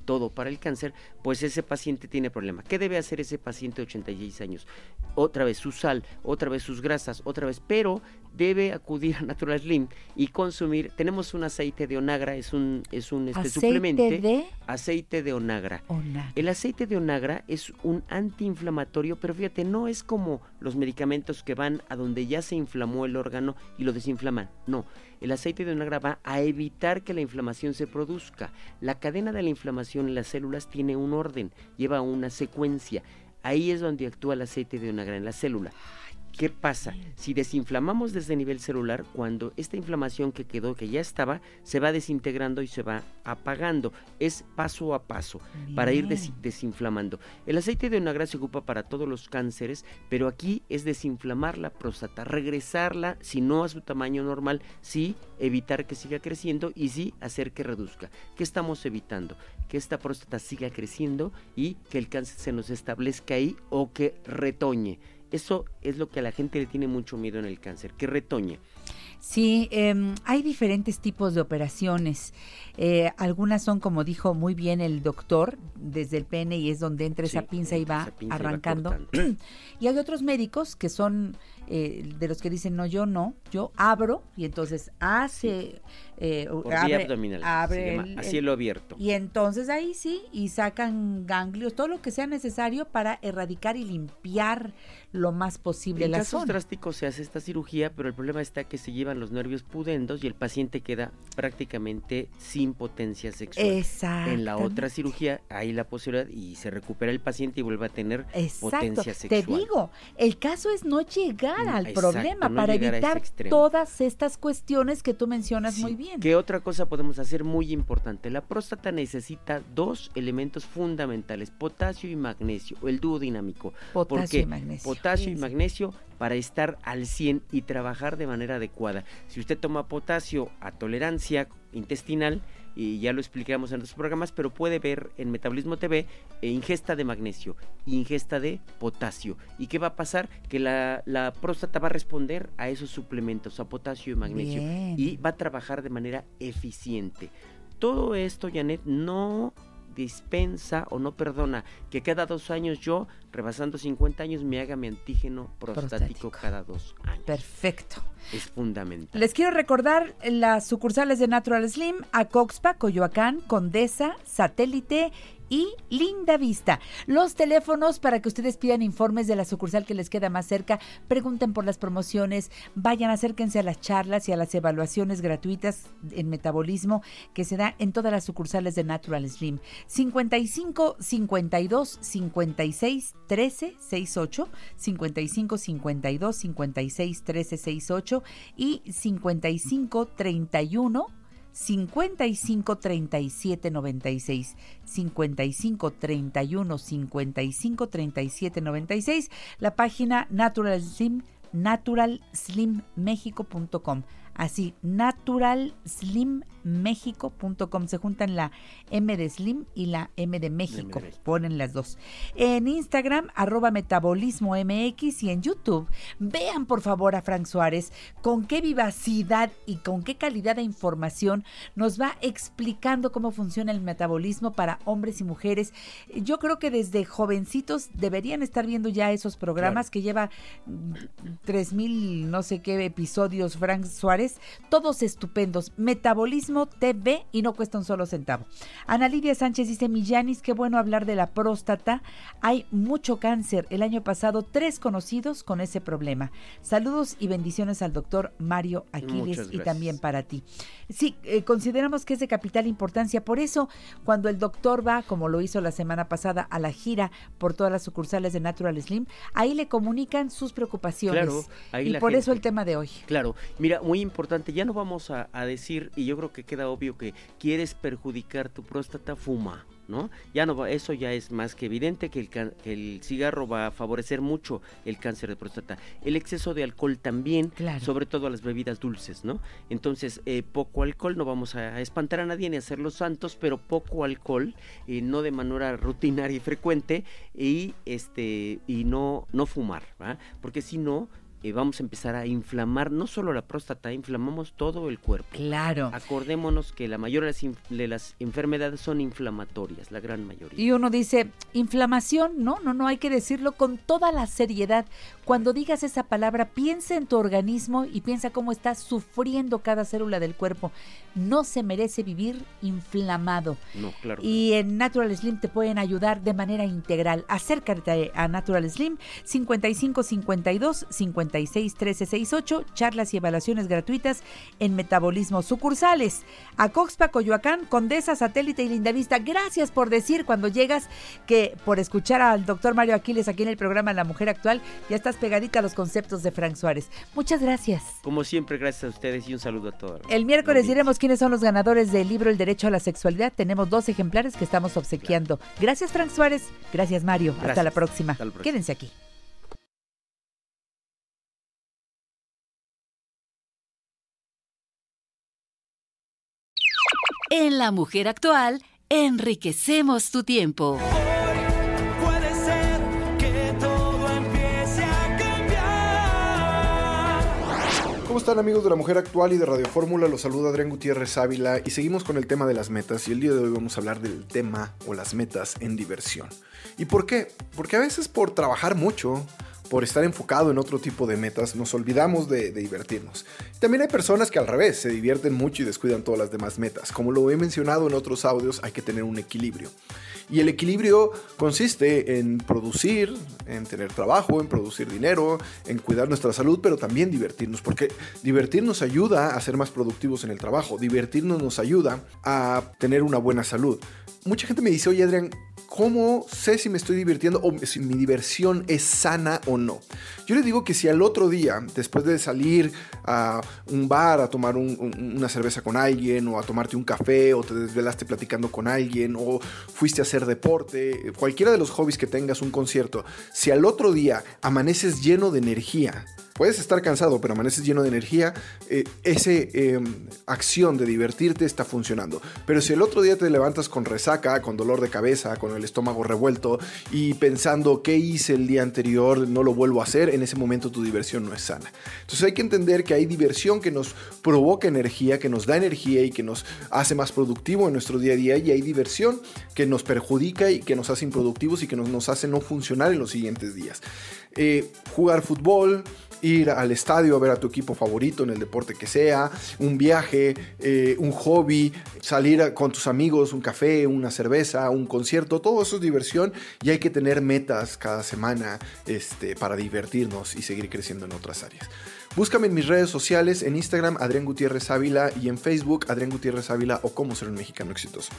todo para el cáncer, pues ese paciente tiene problema. ¿Qué debe hacer ese paciente de ochenta y seis años? Otra vez su sal, otra vez sus grasas, otra vez, pero debe acudir a Natural Slim y consumir, tenemos un aceite de onagra, es un, es un este, ¿Aceite suplemento. de? Aceite de onagra. Onagra. El aceite de onagra es un antiinflamatorio, pero fíjate, no es como los medicamentos que van a donde ya se inflamó el órgano y lo desinflaman, no. El aceite de onagra va a evitar que la inflamación se produzca. La cadena de la inflamación en las células tiene un orden, lleva una secuencia. Ahí es donde actúa el aceite de onagra en la célula. ¿Qué pasa? Si desinflamamos desde nivel celular, cuando esta inflamación que quedó, que ya estaba, se va desintegrando y se va apagando. Es paso a paso Bien. para ir des- desinflamando. El aceite de onagra se ocupa para todos los cánceres, pero aquí es desinflamar la próstata, regresarla, si no a su tamaño normal, sí evitar que siga creciendo y sí hacer que reduzca. ¿Qué estamos evitando? Que esta próstata siga creciendo y que el cáncer se nos establezca ahí o que retoñe. Eso es lo que a la gente le tiene mucho miedo en el cáncer, que retoñe. Sí, eh, hay diferentes tipos de operaciones. Eh, algunas son, como dijo muy bien el doctor, desde el pene y es donde entra esa Sí, pinza y va esa pinza y va arrancando. cortando. Y hay otros médicos que son eh, de los que dicen, no, yo no, yo abro y entonces hace... Eh, Por abre, vía abdominal, abre se llama el- a el- cielo abierto. Y entonces ahí sí, y sacan ganglios, todo lo que sea necesario para erradicar y limpiar lo más posible En la casos zona. drásticos se hace esta cirugía, pero el problema está que se llevan los nervios pudendos y el paciente queda prácticamente sin potencia sexual. Exactamente. En la otra cirugía hay la posibilidad y se recupera el paciente y vuelve a tener Exacto, potencia te sexual. digo, el caso es no llegar Mm, al exacto, problema no para llegar a ese evitar extremo. todas estas cuestiones que tú mencionas Sí, muy bien. ¿Qué otra cosa podemos hacer muy importante? La próstata necesita dos elementos fundamentales, potasio y magnesio, o el dúo dinámico. Potasio ¿Por qué? y magnesio. Potasio y Fíjense. magnesio para estar al cien y trabajar de manera adecuada. Si usted toma potasio a tolerancia intestinal, y ya lo explicamos en otros programas, pero puede ver en Metabolismo T V eh, ingesta de magnesio, ingesta de potasio. ¿Y qué va a pasar? Que la, la próstata va a responder a esos suplementos, a potasio y magnesio, Bien. y va a trabajar de manera eficiente. Todo esto, Janet, no dispensa o no perdona que cada dos años yo, rebasando cincuenta años, me haga mi antígeno prostático, Prostático. cada dos años. Perfecto. Es fundamental. Les quiero recordar las sucursales de Natural Slim: Acoxpa, Coyoacán, Condesa, Satélite y Linda Vista. Los teléfonos para que ustedes pidan informes de la sucursal que les queda más cerca, pregunten por las promociones, vayan, acérquense a las charlas y a las evaluaciones gratuitas en metabolismo que se da en todas las sucursales de Natural Slim. cincuenta y cinco, cincuenta y dos, cincuenta y seis, trece, sesenta y ocho, cincuenta y cinco, cincuenta y dos, cincuenta y seis, trece, sesenta y ocho y cincuenta y cinco, treinta y uno, cincuenta y cinco, treinta y siete, noventa y seis, cincuenta y cinco, treinta y uno, cincuenta y cinco, treinta y siete, noventa y seis, la página Natural Slim, natural slim mexico punto com. Así, natural slim mexico punto com. Se juntan la M de Slim y la M de México. Ponen las dos. En Instagram, arroba metabolismo M X, y en YouTube, vean por favor a Frank Suárez con qué vivacidad y con qué calidad de información nos va explicando cómo funciona el metabolismo para hombres y mujeres. Yo creo que desde jovencitos deberían estar viendo ya esos programas, claro, que lleva tres mil no sé qué episodios Frank Suárez, todos estupendos. Metabolismo T V, y no cuesta un solo centavo. Ana Lidia Sánchez dice: Millanis, qué bueno hablar de la próstata. Hay mucho cáncer. El año pasado, tres conocidos con ese problema. Saludos y bendiciones al doctor Mario Aquiles, y también para ti. Sí, eh, consideramos que es de capital importancia. Por eso, cuando el doctor va, como lo hizo la semana pasada, a la gira por todas las sucursales de Natural Slim, ahí le comunican sus preocupaciones. Claro, ahí y la por gente, eso el tema de hoy. Claro, mira, muy importante, ya no vamos a, a decir, y yo creo que queda obvio, que quieres perjudicar tu próstata, fuma, ¿no? Ya no va, eso ya es más que evidente que el, can, que el cigarro va a favorecer mucho el cáncer de próstata. El exceso de alcohol también, claro, sobre todo las bebidas dulces, ¿no? Entonces, eh, poco alcohol, no vamos a, a espantar a nadie ni a hacer los santos, pero poco alcohol, eh, no de manera rutinaria y frecuente, y este y no, no fumar, ¿va? Porque si no, eh, vamos a empezar a inflamar no solo la próstata, inflamamos todo el cuerpo. Claro. Acordémonos que la mayoría de las, inf- de las enfermedades son inflamatorias, la gran mayoría. Y uno dice, inflamación, no, no, no, hay que decirlo con toda la seriedad. Cuando digas esa palabra, piensa en tu organismo y piensa cómo está sufriendo cada célula del cuerpo. No se merece vivir inflamado. No, claro. Y en Natural Slim te pueden ayudar de manera integral. Acércate a Natural Slim, cincuenta y cinco cincuenta y dos cincuenta y seis trece sesenta y ocho, charlas y evaluaciones gratuitas en Metabolismo. Sucursales, Acoxpa, Coyoacán, Condesa, Satélite y Lindavista. Gracias por decir cuando llegas que por escuchar al doctor Mario Aquiles aquí en el programa La Mujer Actual, ya estás pegadita a los conceptos de Frank Suárez. Muchas gracias. Como siempre, gracias a ustedes y un saludo a todos. El miércoles diremos quiénes son los ganadores del libro El Derecho a la Sexualidad. Tenemos dos ejemplares que estamos obsequiando. Gracias, Frank Suárez. Gracias, Mario. Gracias. Hasta la próxima. Hasta la próxima. Quédense aquí. En La Mujer Actual, enriquecemos tu tiempo. Puede ser que todo empiece a cambiar. ¿Cómo están, amigos de La Mujer Actual y de Radio Fórmula? Los saluda Adrián Gutiérrez Ávila y seguimos con el tema de las metas, y el día de hoy vamos a hablar del tema o las metas en diversión. ¿Y por qué? Porque a veces por trabajar mucho, por estar enfocado en otro tipo de metas, nos olvidamos de, de divertirnos. También hay personas que al revés, se divierten mucho y descuidan todas las demás metas. Como lo he mencionado en otros audios, hay que tener un equilibrio. Y el equilibrio consiste en producir, en tener trabajo, en producir dinero, en cuidar nuestra salud, pero también divertirnos, porque divertirnos ayuda a ser más productivos en el trabajo. Divertirnos nos ayuda a tener una buena salud. Mucha gente me dice, oye, Adrián, ¿cómo sé si me estoy divirtiendo o si mi diversión es sana o no? Yo les digo que si al otro día, después de salir a un bar a tomar un, un, una cerveza con alguien, o a tomarte un café, o te desvelaste platicando con alguien, o fuiste a hacer deporte, cualquiera de los hobbies que tengas, un concierto, si al otro día amaneces lleno de energía, puedes estar cansado, pero amaneces lleno de energía, eh, esa eh, acción de divertirte está funcionando. Pero si el otro día te levantas con resaca, con dolor de cabeza, con el estómago revuelto y pensando qué hice el día anterior, no lo vuelvo a hacer, en ese momento tu diversión no es sana. Entonces hay que entender que hay diversión que nos provoca energía, que nos da energía y que nos hace más productivo en nuestro día a día, y hay diversión que nos perjudica y que nos hace improductivos y que nos, nos hace no funcionar en los siguientes días. Eh, jugar fútbol, ir al estadio a ver a tu equipo favorito en el deporte que sea, un viaje, eh, un hobby, salir a, con tus amigos, un café, una cerveza, un concierto, todo eso es diversión, y hay que tener metas cada semana este, para divertirnos y seguir creciendo en otras áreas. Búscame en mis redes sociales, en Instagram Adrián Gutiérrez Ávila y en Facebook Adrián Gutiérrez Ávila o Cómo Ser un Mexicano Exitoso.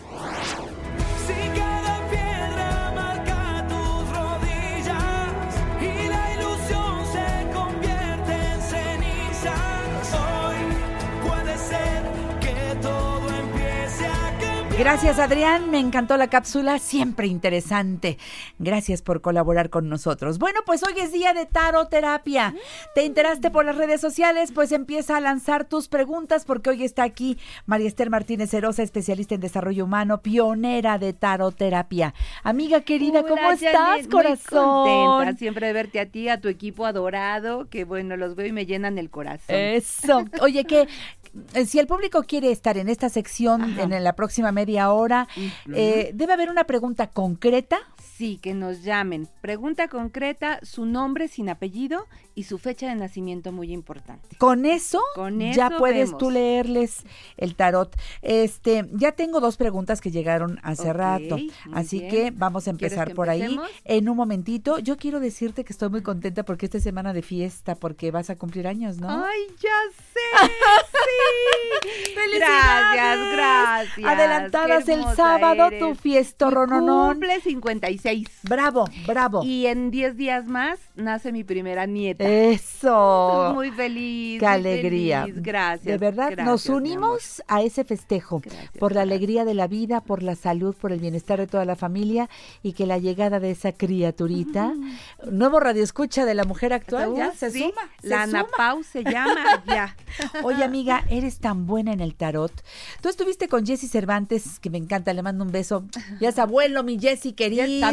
Gracias, Adrián, me encantó la cápsula, siempre interesante. Gracias por colaborar con nosotros. Bueno, pues hoy es día de taroterapia. ¿Te enteraste por las redes sociales? Pues empieza a lanzar tus preguntas, porque hoy está aquí María Esther Martínez Herosa, especialista en desarrollo humano, pionera de taroterapia. Amiga querida, Hola, ¿cómo estás, Janet, corazón? Muy contenta siempre de verte a ti, a tu equipo adorado, que bueno, los veo y me llenan el corazón. Eso. Oye, que si el público quiere estar en esta sección Ajá. en la próxima media hora, uh-huh. eh, ¿debe haber una pregunta concreta? Sí, que nos llamen. Pregunta concreta, su nombre sin apellido y su fecha de nacimiento, muy importante. Con eso, Con eso ya puedes vemos. tú leerles el tarot. Este, ya tengo dos preguntas que llegaron hace Ok, rato, muy así bien. que vamos a empezar que por ahí empecemos? en un momentito. Yo quiero decirte que estoy muy contenta porque esta semana de fiesta, porque vas a cumplir años, ¿no? ¡Ay, ya sé! ¡Sí! ¡Felicidades! Gracias, gracias. Adelantadas Qué el hermosa sábado, eres. tu fiesta, Mi Rononón. Cumple cincuenta y seis. Bravo, bravo. Y en diez días más nace mi primera nieta. Eso. Estoy muy feliz. Qué muy alegría. feliz. Gracias. De verdad, gracias, nos mi unimos a ese festejo Gracias, por la gracias. alegría de la vida, por la salud, por el bienestar de toda la familia, y que la llegada de esa criaturita, uh-huh. nuevo radioescucha de La Mujer Actual, ya se Sí, suma. se La Ana suma. Pau se llama ya. Oye, amiga, eres tan buena en el tarot. Tú estuviste con Jessy Cervantes, que me encanta, le mando un beso. Ya es abuelo, mi Jessy querido. Ya está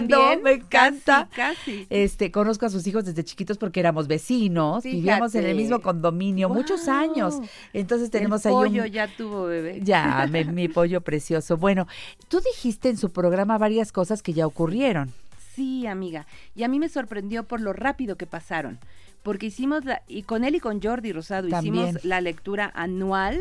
también, me encanta. Casi, casi. Este, conozco a sus hijos desde chiquitos porque éramos vecinos, Fíjate. vivíamos en el mismo condominio Wow. muchos años. Entonces tenemos El ahí pollo un... ya tuvo bebé. Ya, me- mi pollo precioso. Bueno, tú dijiste en su programa varias cosas que ya ocurrieron. Sí, amiga. Y a mí me sorprendió por lo rápido que pasaron. Porque hicimos, la, y con él y con Jordi Rosado, También. hicimos la lectura anual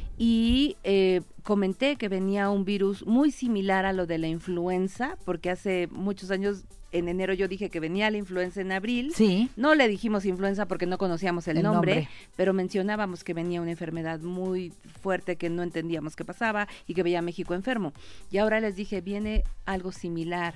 y eh, comenté que venía un virus muy similar a lo de la influenza, porque hace muchos años, en enero yo dije que venía la influenza en abril. Sí. No le dijimos influenza porque no conocíamos el, El nombre, nombre. pero mencionábamos que venía una enfermedad muy fuerte que no entendíamos qué pasaba y que veía a México enfermo. Y ahora les dije, viene algo similar.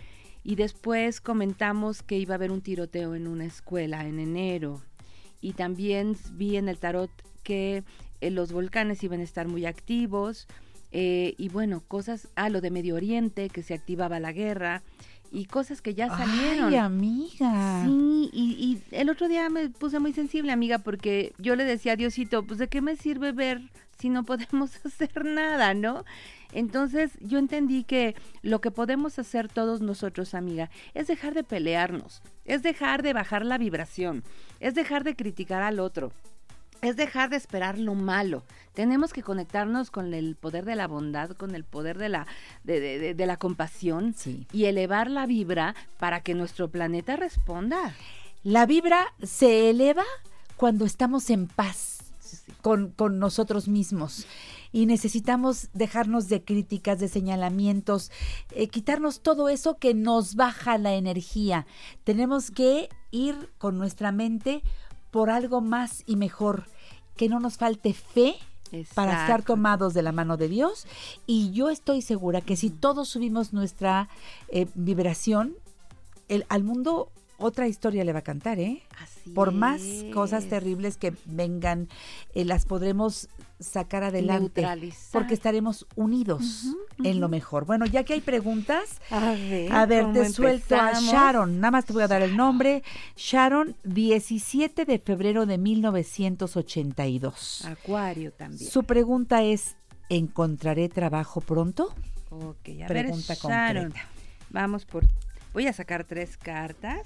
Y después comentamos que iba a haber un tiroteo en una escuela en enero. Y también vi en el tarot que eh, los volcanes iban a estar muy activos. Eh, y bueno, cosas, ah, lo de Medio Oriente, que se activaba la guerra. Y cosas que ya salieron. Ay, amiga. Sí, y, y el otro día me puse muy sensible, amiga, porque yo le decía a Diosito, pues ¿de qué me sirve ver si no podemos hacer nada, no? Entonces yo entendí que lo que podemos hacer todos nosotros, amiga, es dejar de pelearnos, es dejar de bajar la vibración, es dejar de criticar al otro, es dejar de esperar lo malo. Tenemos que conectarnos con el poder de la bondad, con el poder de la, de, de, de, de la compasión Sí. y elevar la vibra para que nuestro planeta responda. La vibra se eleva cuando estamos en paz con, con nosotros mismos. Y necesitamos dejarnos de críticas, de señalamientos, eh, quitarnos todo eso que nos baja la energía. Tenemos que ir con nuestra mente por algo más y mejor, que no nos falte fe para estar Exacto. tomados de la mano de Dios. Y yo estoy segura que si todos subimos nuestra eh, vibración, el, al mundo otra historia le va a cantar, ¿eh? Así Por más es. cosas terribles que vengan, eh, las podremos sacar adelante. Neutralizar. Porque estaremos unidos Ujú, en lo ujú. mejor. Bueno, ya que hay preguntas, A ver, a ver, ¿cómo te suelto a empezamos? Sharon. Nada más te voy a dar el nombre. Sharon, diecisiete de febrero de mil novecientos ochenta y dos. Acuario también. Su pregunta es, ¿encontraré trabajo pronto? Ok, a Pregunta ver, Sharon, concreta. vamos por... Voy a sacar tres cartas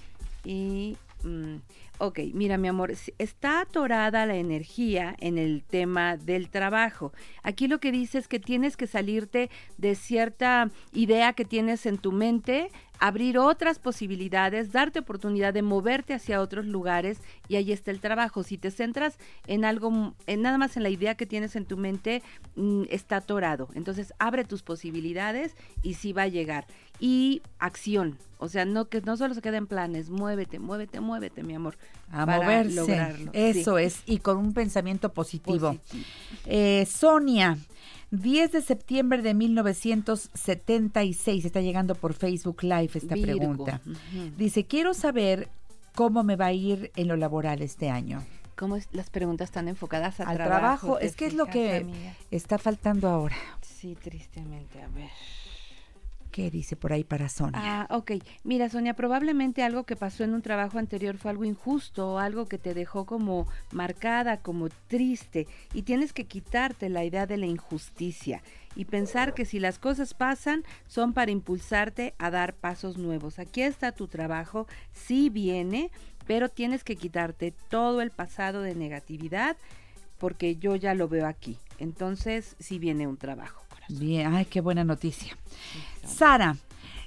y... mm, ok, mira mi amor, s- está atorada la energía en el tema del trabajo. Aquí lo que dice es que tienes que salirte de cierta idea que tienes en tu mente, abrir otras posibilidades, darte oportunidad de moverte hacia otros lugares y ahí está el trabajo. Si te centras en algo, m- en nada más en la idea que tienes en tu mente, mm, está atorado. Entonces abre tus posibilidades y sí va a llegar. Y acción, o sea, no que no solo se queden planes, muévete, muévete, muévete, mi amor. A para moverse. lograrlo. Eso Sí. es, y con un pensamiento positivo. Positivo. Eh, Sonia, diez de septiembre de mil novecientos setenta y seis, está llegando por Facebook Live esta Virgo. pregunta. Ujú. Dice, quiero saber cómo me va a ir en lo laboral este año. ¿Cómo es? Las preguntas están enfocadas al Al trabajo. trabajo, ¿te es que es lo fijas, que amiga? está faltando ahora. Sí, tristemente, a ver. ¿Qué dice por ahí para Sonia? Ah, ok. Mira, Sonia, probablemente algo que pasó en un trabajo anterior fue algo injusto o algo que te dejó como marcada, como triste. Y tienes que quitarte la idea de la injusticia y pensar que si las cosas pasan son para impulsarte a dar pasos nuevos. Aquí está tu trabajo, sí viene, pero tienes que quitarte todo el pasado de negatividad porque yo ya lo veo aquí. Entonces, sí viene un trabajo. Bien, ay, qué buena noticia. Sara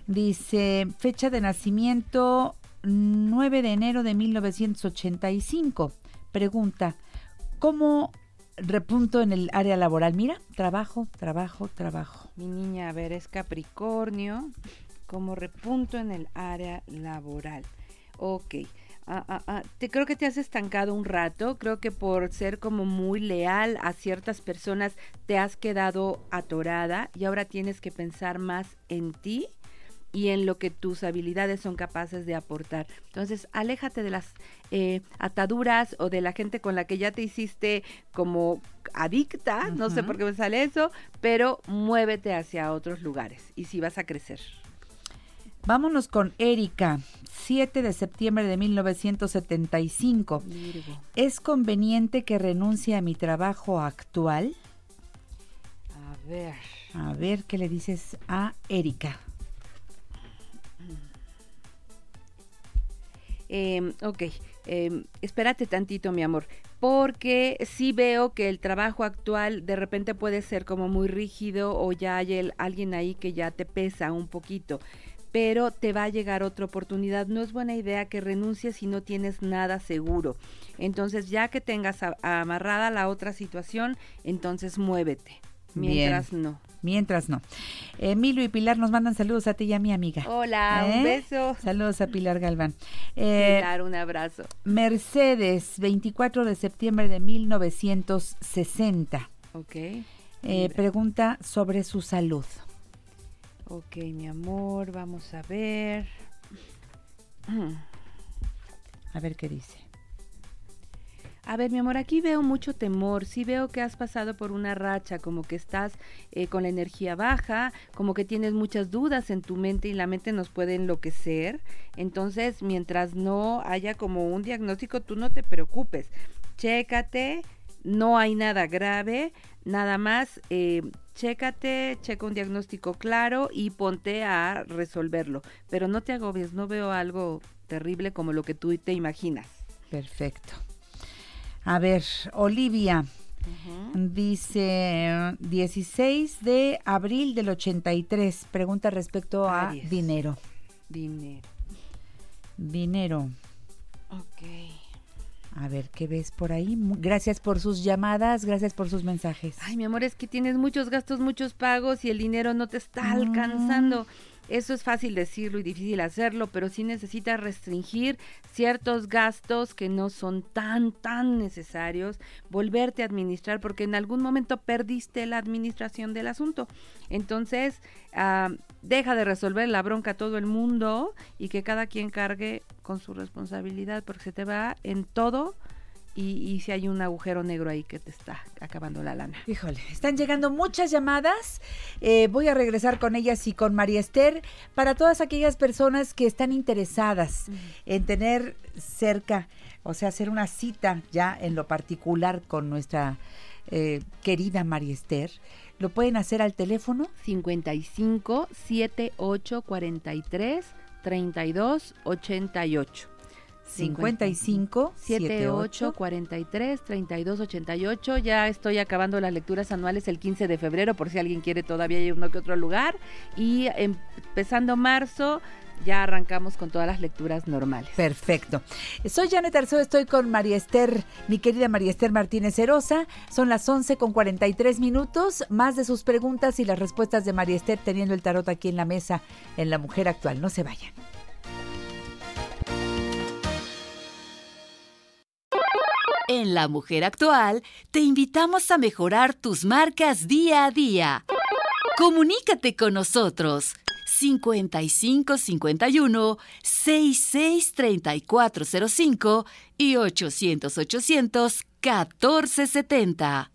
dice, fecha de nacimiento nueve de enero de mil novecientos ochenta y cinco. Pregunta, ¿cómo repunto en el área laboral? Mira, trabajo, trabajo, trabajo. Mi niña, a ver, es Capricornio, como repunto en el área laboral. Ok. Ah, ah, ah. Te, creo que te has estancado un rato, creo que por ser como muy leal a ciertas personas te has quedado atorada y ahora tienes que pensar más en ti y en lo que tus habilidades son capaces de aportar. Entonces, aléjate de las eh, ataduras o de la gente con la que ya te hiciste como adicta, no sé Ujú. por qué me sale eso, pero muévete hacia otros lugares y sí vas a crecer. Vámonos con Erika, siete de septiembre de mil novecientos setenta y cinco. Virgo. ¿Es conveniente que renuncie a mi trabajo actual? A ver. A ver, ¿qué le dices a Erika? Eh, ok, eh, espérate tantito, mi amor, porque sí veo que el trabajo actual de repente puede ser como muy rígido o ya hay el, alguien ahí que ya te pesa un poquito, pero te va a llegar otra oportunidad. No es buena idea que renuncies si no tienes nada seguro. Entonces, ya que tengas a, amarrada la otra situación, entonces muévete. Mientras Bien. no. Mientras no. Emilio y Pilar nos mandan saludos a ti y a mi amiga. Hola, ¿Eh? un beso. Saludos a Pilar Galván. Eh, Pilar, un abrazo. Mercedes, veinticuatro de septiembre de mil novecientos sesenta. Ok. Eh, pregunta sobre su salud. Ok, mi amor, vamos a ver. A ver qué dice. A ver, mi amor, aquí veo mucho temor, sí veo que has pasado por una racha, como que estás eh, con la energía baja, como que tienes muchas dudas en tu mente y la mente nos puede enloquecer. Entonces, mientras no haya como un diagnóstico, tú no te preocupes, chécate, no hay nada grave, nada más eh, chécate, checa un diagnóstico claro y ponte a resolverlo, pero no te agobies, no veo algo terrible como lo que tú te imaginas. Perfecto. A ver, Olivia uh-huh. dice dieciséis de abril del ochenta y tres. Pregunta respecto a Aries. dinero. Dinero. Dinero. Ok. A ver, ¿qué ves por ahí? Gracias por sus llamadas, gracias por sus mensajes. Ay, mi amor, es que tienes muchos gastos, muchos pagos y el dinero no te está mm. alcanzando. Eso es fácil decirlo y difícil hacerlo, pero sí necesitas restringir ciertos gastos que no son tan, tan necesarios, volverte a administrar, porque en algún momento perdiste la administración del asunto. Entonces, uh, deja de resolver la bronca a todo el mundo y que cada quien cargue con su responsabilidad, porque se te va en todo. Y, y si hay un agujero negro ahí que te está acabando la lana. Híjole, están llegando muchas llamadas. Eh, voy a regresar con ellas y con María Esther para todas aquellas personas que están interesadas uh-huh. en tener cerca, o sea, hacer una cita ya en lo particular con nuestra eh, querida María Esther. Lo pueden hacer al teléfono cincuenta y cinco, setenta y ocho, cuarenta y tres, treinta y dos, ochenta y ocho. cincuenta y cinco, setenta y ocho, cuarenta y tres, treinta y dos, ochenta y ocho. Ya estoy acabando las lecturas anuales el quince de febrero, por si alguien quiere todavía ir a uno que otro lugar. Y empezando marzo, ya arrancamos con todas las lecturas normales. Perfecto. Soy Janet Arceo, estoy con María Esther, mi querida María Esther Martínez Herosa. Son las once con cuarenta y tres minutos. Más de sus preguntas y las respuestas de María Esther teniendo el tarot aquí en la mesa en La Mujer Actual. No se vayan. En La Mujer Actual, te invitamos a mejorar tus marcas día a día. Comunícate con nosotros. cincuenta y cinco cincuenta y uno, sesenta y seis, treinta y cuatro cero cinco y ochocientos, ochocientos, catorce setenta.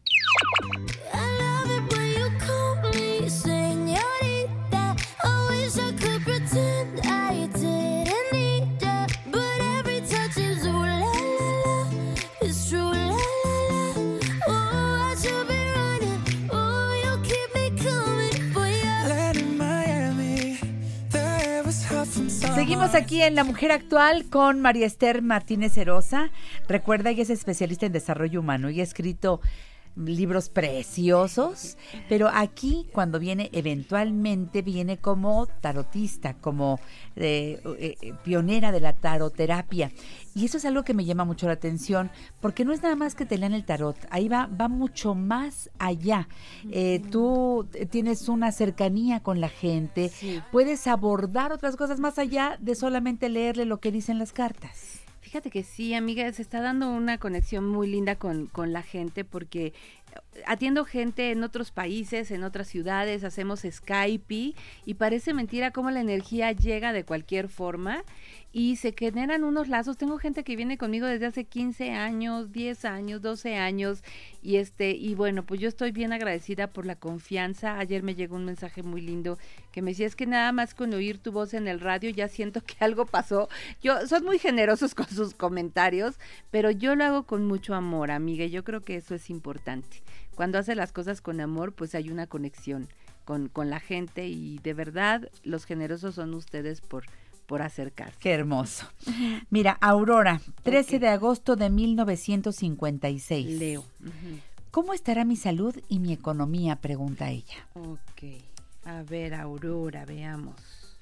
Seguimos aquí en La Mujer Actual con María Esther Martínez Herosa. Recuerda, ella es especialista en desarrollo humano y ha escrito libros preciosos, pero aquí cuando viene eventualmente viene como tarotista, como eh, eh, pionera de la taroterapia, y eso es algo que me llama mucho la atención, porque no es nada más que te lean el tarot, ahí va, va mucho más allá. Eh, tú tienes una cercanía con la gente, sí. Puedes abordar otras cosas más allá de solamente leerle lo que dicen las cartas. Fíjate que sí, amiga, se está dando una conexión muy linda con, con la gente, porque atiendo gente en otros países, en otras ciudades, hacemos Skype y parece mentira cómo la energía llega de cualquier forma y se generan unos lazos. Tengo gente que viene conmigo desde hace quince años, diez años, doce años y este y bueno, pues yo estoy bien agradecida por la confianza. Ayer me llegó un mensaje muy lindo que me decía, es que nada más con oír tu voz en el radio ya siento que algo pasó. Yo son muy generosos con sus comentarios, pero yo lo hago con mucho amor, amiga, y yo creo que eso es importante. Cuando hace las cosas con amor, pues hay una conexión con, con la gente y de verdad los generosos son ustedes por por acercarse. Qué hermoso. Mira, Aurora, trece de agosto de mil novecientos cincuenta y seis. Leo. Uh-huh. ¿Cómo estará mi salud y mi economía?, pregunta ella. Ok. A ver, Aurora, veamos.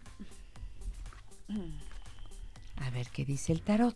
A ver qué dice el tarot.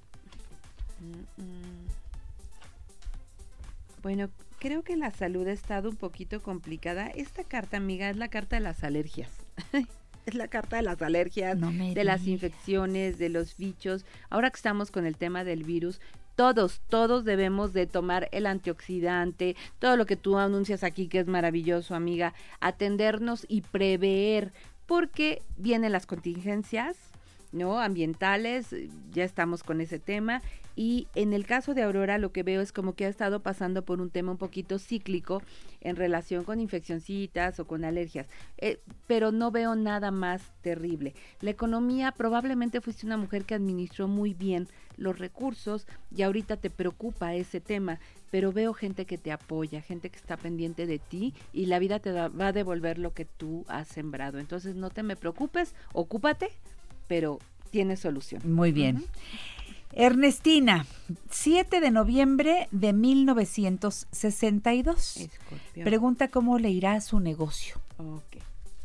Bueno, creo que la salud ha estado un poquito complicada. Esta carta, amiga, es la carta de las alergias. Es la carta de las alergias, no me de digas. Las infecciones, de los bichos. Ahora que estamos con el tema del virus, todos, todos debemos de tomar el antioxidante, todo lo que tú anuncias aquí que es maravilloso, amiga, atendernos y prever, porque vienen las contingencias, ¿no? Ambientales, ya estamos con ese tema. Y en el caso de Aurora lo que veo es como que ha estado pasando por un tema un poquito cíclico en relación con infeccioncitas o con alergias, eh, pero no veo nada más terrible. La economía, probablemente fuiste una mujer que administró muy bien los recursos y ahorita te preocupa ese tema, pero veo gente que te apoya, gente que está pendiente de ti y la vida te da, va a devolver lo que tú has sembrado. Entonces no te me preocupes, ocúpate, pero tienes solución. Muy bien. Uh-huh. Ernestina, siete de noviembre de mil novecientos sesenta y dos. Escorpión. Pregunta cómo le irá a su negocio. Ok.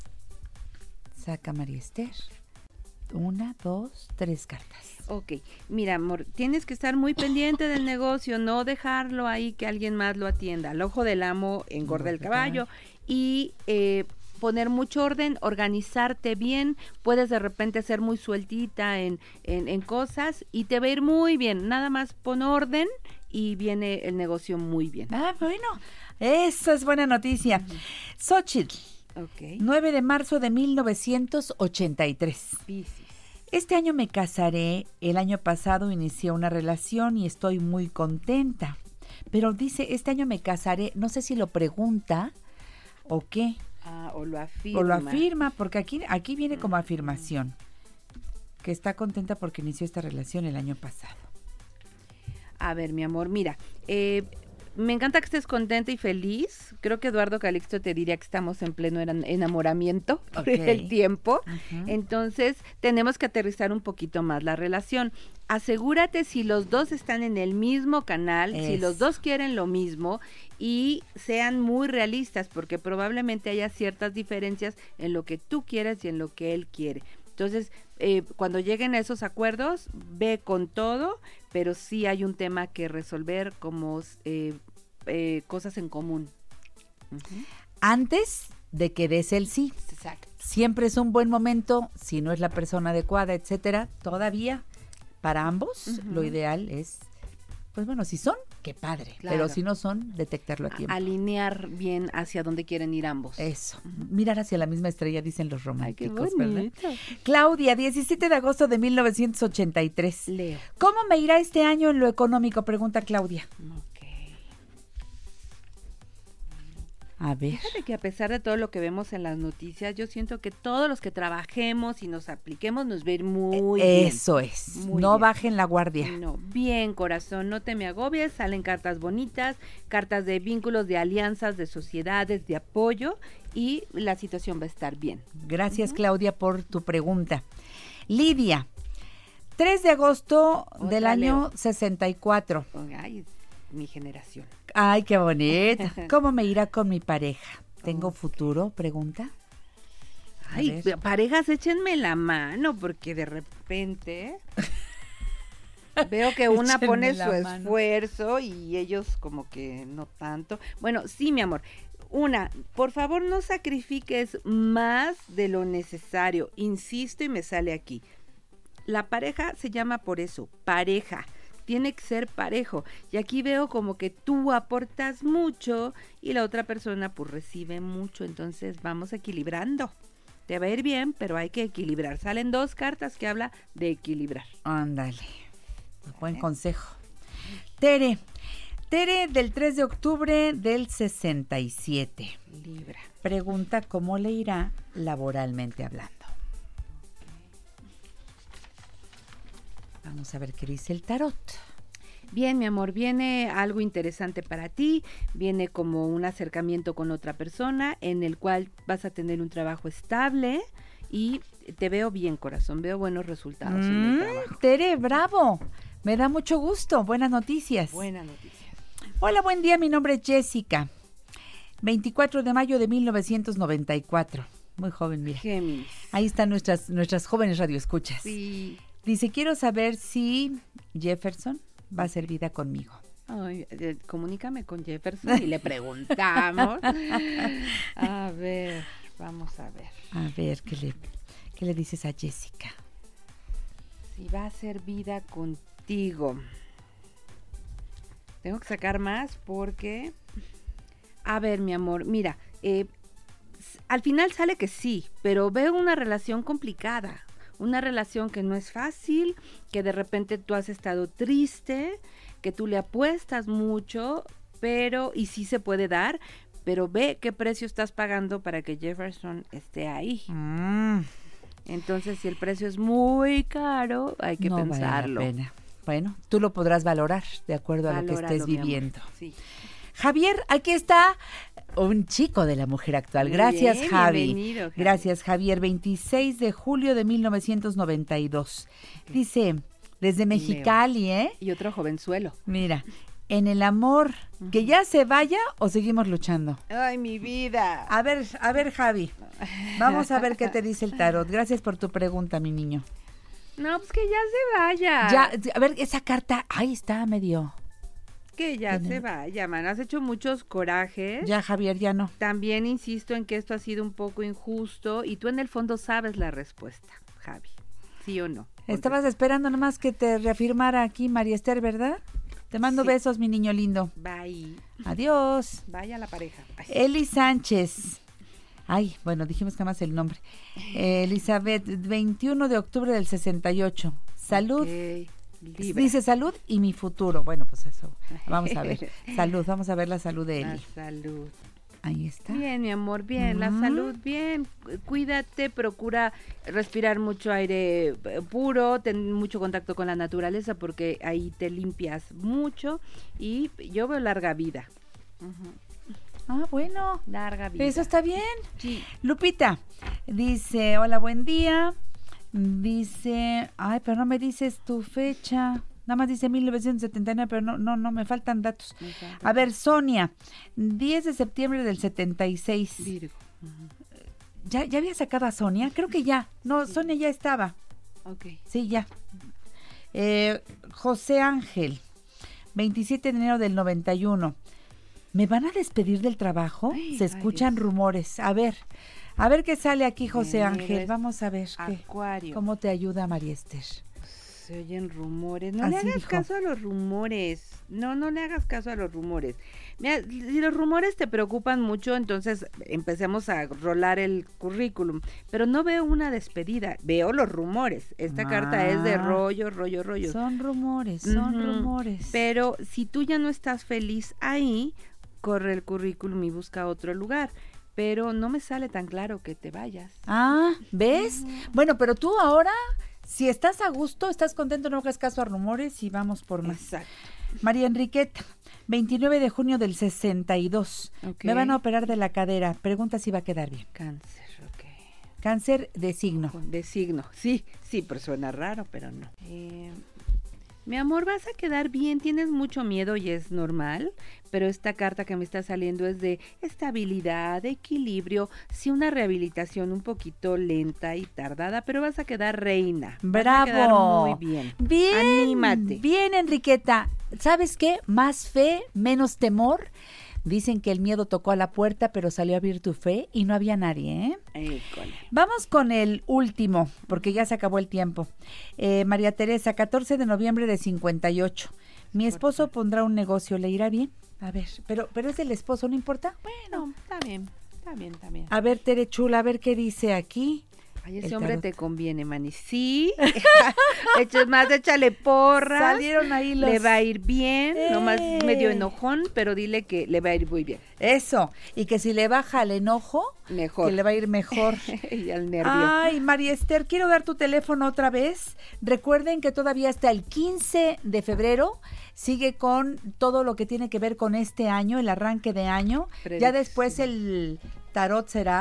Saca María Esther. Una, dos, tres cartas. Ok, mira, amor, tienes que estar muy pendiente del negocio, no dejarlo ahí que alguien más lo atienda. Al ojo del amo engorda el caballo y eh, poner mucho orden, organizarte bien. Puedes de repente ser muy sueltita en, en, en cosas y te va a ir muy bien. Nada más pon orden y viene el negocio muy bien. Ah, bueno, eso es buena noticia. Uh-huh. Xochitl, okay. nueve de marzo de mil novecientos ochenta y tres. Piscis. Este año me casaré, el año pasado inicié una relación y estoy muy contenta. Pero dice, este año me casaré, no sé si lo pregunta o qué. Ah, o lo afirma. O lo afirma, porque aquí, aquí viene como afirmación, que está contenta porque inició esta relación el año pasado. A ver, mi amor, mira, eh, me encanta que estés contenta y feliz. Creo que Eduardo Calixto te diría que estamos en pleno enamoramiento por okay. el tiempo. Uh-huh. Entonces, tenemos que aterrizar un poquito más la relación. Asegúrate si los dos están en el mismo canal, Eso. si los dos quieren lo mismo y sean muy realistas, porque probablemente haya ciertas diferencias en lo que tú quieres y en lo que él quiere. Entonces, eh, cuando lleguen a esos acuerdos, ve con todo, pero sí hay un tema que resolver como eh, eh, cosas en común. Uh-huh. Antes de que des el sí. Exacto. Siempre es un buen momento, si no es la persona adecuada, etcétera, todavía para ambos uh-huh. lo ideal es, pues bueno, si son, qué padre, claro. pero si no son, detectarlo a tiempo. Alinear bien hacia donde quieren ir ambos. Eso, mirar hacia la misma estrella, dicen los románticos. Ay, qué bonito. ¿Verdad? Claudia, diecisiete de agosto de mil novecientos ochenta y tres. Leo. ¿Cómo me irá este año en lo económico? Pregunta Claudia. Ok. A ver. Fíjate que a pesar de todo lo que vemos en las noticias, yo siento que todos los que trabajemos y nos apliquemos nos va a ir muy bien. Eso es, muy no bien. bajen la guardia. No, bien, corazón, no te me agobies, salen cartas bonitas, cartas de vínculos, de alianzas, de sociedades, de apoyo y la situación va a estar bien. Gracias, uh-huh. Claudia, por tu pregunta. Lidia, tres de agosto Otra del año Leo. sesenta y cuatro. Ay, mi generación. Ay, qué bonito. ¿Cómo me irá con mi pareja? ¿Tengo futuro? Pregunta. Ay, parejas, échenme la mano porque de repente veo que una échenme pone su mano. esfuerzo y ellos como que no tanto. Bueno, sí, mi amor. Una, por favor no sacrifiques más de lo necesario. Insisto y me sale aquí. La pareja se llama por eso, pareja. Tiene que ser parejo. Y aquí veo como que tú aportas mucho y la otra persona pues recibe mucho. Entonces vamos equilibrando. Te va a ir bien, pero hay que equilibrar. Salen dos cartas que habla de equilibrar. Ándale. Buen consejo. Tere. Tere del tres de octubre del sesenta y siete. Libra. Pregunta cómo le irá laboralmente hablando. Vamos a ver qué dice el tarot. Bien, mi amor, viene algo interesante para ti, viene como un acercamiento con otra persona en el cual vas a tener un trabajo estable y te veo bien, corazón, veo buenos resultados Mm, en el trabajo. Tere, bravo. Me da mucho gusto. Buenas noticias. Buenas noticias. Hola, buen día. Mi nombre es Jessica. veinticuatro de mayo de mil novecientos noventa y cuatro. Muy joven, mira. Géminis. Ahí están nuestras, nuestras jóvenes radioescuchas. Sí. Dice, quiero saber si Jefferson va a hacer vida conmigo. Ay, eh, comunícame con Jefferson y le preguntamos. A ver, vamos a ver. A ver, ¿qué le, qué le dices a Jessica? Si va a hacer vida contigo. Tengo que sacar más porque... A ver, mi amor, mira, eh, al final sale que sí, pero veo una relación complicada. Una relación que no es fácil, que de repente tú has estado triste, que tú le apuestas mucho, pero, y sí se puede dar, pero ve qué precio estás pagando para que Jefferson esté ahí. Mm. Entonces, si el precio es muy caro, hay que No vale la pensarlo. pena. Bueno, tú lo podrás valorar de acuerdo a lo que Valóralo, estés mi amor. viviendo. Sí. Javier, aquí está un chico de la mujer actual. Muy Gracias, bien, Javi. bienvenido, Javi. Gracias, Javier. veintiséis de julio de mil novecientos noventa y dos. Dice, desde Mexicali, ¿eh? Y otro jovenzuelo. Mira, en el amor, ¿que ya se vaya o seguimos luchando? Ay, mi vida. A ver, a ver, Javi. Vamos a ver qué te dice el tarot. Gracias por tu pregunta, mi niño. No, pues que ya se vaya. Ya, a ver, esa carta, ahí está medio. Que ya Tiene- se vaya, man. Has hecho muchos corajes. Ya, Javier, ya no. También insisto en que esto ha sido un poco injusto y tú en el fondo sabes la respuesta, Javi. ¿Sí o no? Estabas esperando nomás que te reafirmara aquí María Esther, ¿verdad? Te mando Sí. besos, mi niño lindo. Bye. Adiós. Vaya la pareja. Ay. Eli Sánchez. Ay, bueno, dijimos que más el nombre. Eh, Elizabeth, veintiuno de octubre del sesenta y ocho. Salud. Ok, Libra. Dice salud y mi futuro. Bueno, pues eso. Vamos a ver. Salud, vamos a ver la salud de La Eli. salud. Ahí está. Bien, mi amor, bien. La Mm. salud, bien. Cu- Cuídate, procura respirar mucho aire eh, puro, ten mucho contacto con la naturaleza porque ahí te limpias mucho y yo veo larga vida. Ujú. Ah, bueno. Larga vida. Eso está bien. Sí. Lupita dice, hola, buen día. Dice, ay, pero no me dices tu fecha. Nada más dice mil novecientos setenta y nueve, pero no, no, no, me faltan datos. Me falta. A ver, Sonia, diez de septiembre del setenta y seis. Virgo. ¿Ya, ¿Ya había sacado a Sonia? Creo que ya. No, Sonia ya estaba. Ok. Sí, ya. Eh, José Ángel, veintisiete de enero del noventa y uno. ¿Me van a despedir del trabajo? Ay, Se ay, escuchan Dios. rumores. A ver, a ver qué sale aquí, José Mira, Ángel. es Vamos a ver qué, Acuario. cómo te ayuda María Esther. Se oyen rumores. No le Así hagas dijo. caso a los rumores. No, no le hagas caso a los rumores. Mira, si los rumores te preocupan mucho, entonces empecemos a rolar el currículum. Pero no veo una despedida. Veo los rumores. Esta carta es de Ah. rollo, rollo, rollo. Son rumores, son Ujú. rumores. Pero si tú ya no estás feliz ahí, corre el currículum y busca otro lugar. Pero no me sale tan claro que te vayas. Ah, ¿ves? Bueno, pero tú ahora, si estás a gusto, estás contento, no hagas caso a rumores y vamos por más. Exacto. María Enriqueta, veintinueve de junio del sesenta y dos. Ok. Me van a operar de la cadera. Pregunta si va a quedar bien. Cáncer, ok. Cáncer de signo. De signo, sí, sí, pero suena raro, pero no. Eh, mi amor, vas a quedar bien, tienes mucho miedo y es normal, pero esta carta que me está saliendo es de estabilidad, de equilibrio, sí una rehabilitación un poquito lenta y tardada, pero vas a quedar reina. Vas a quedar ¡Bravo! muy bien. Bien, Anímate. bien, Enriqueta. ¿Sabes qué? Más fe, menos temor. Dicen que el miedo tocó a la puerta, pero salió a abrir tu fe y no había nadie, ¿eh? École. Vamos con el último, porque ya se acabó el tiempo. Eh, María Teresa, catorce de noviembre de cincuenta y ocho. Mi esposo pondrá un negocio, ¿le irá bien? A ver, pero, pero es el esposo, ¿no importa? Bueno, está bien, está bien, está bien. A ver, Tere Chula, a ver qué dice aquí. Ay, ese el hombre tarot. te conviene, Mani. Sí, Eches más, échale porras. Salieron ahí los... Le va a ir bien, nomás ¡Eh! medio enojón, pero dile que le va a ir muy bien. Eso, y que si le baja el enojo, Mejor. que le va a ir mejor. Y al nervio. Ay, María Esther, quiero dar tu teléfono otra vez. Recuerden que todavía hasta el quince de febrero sigue con todo lo que tiene que ver con este año, el arranque de año. Ya Predicción. después el tarot será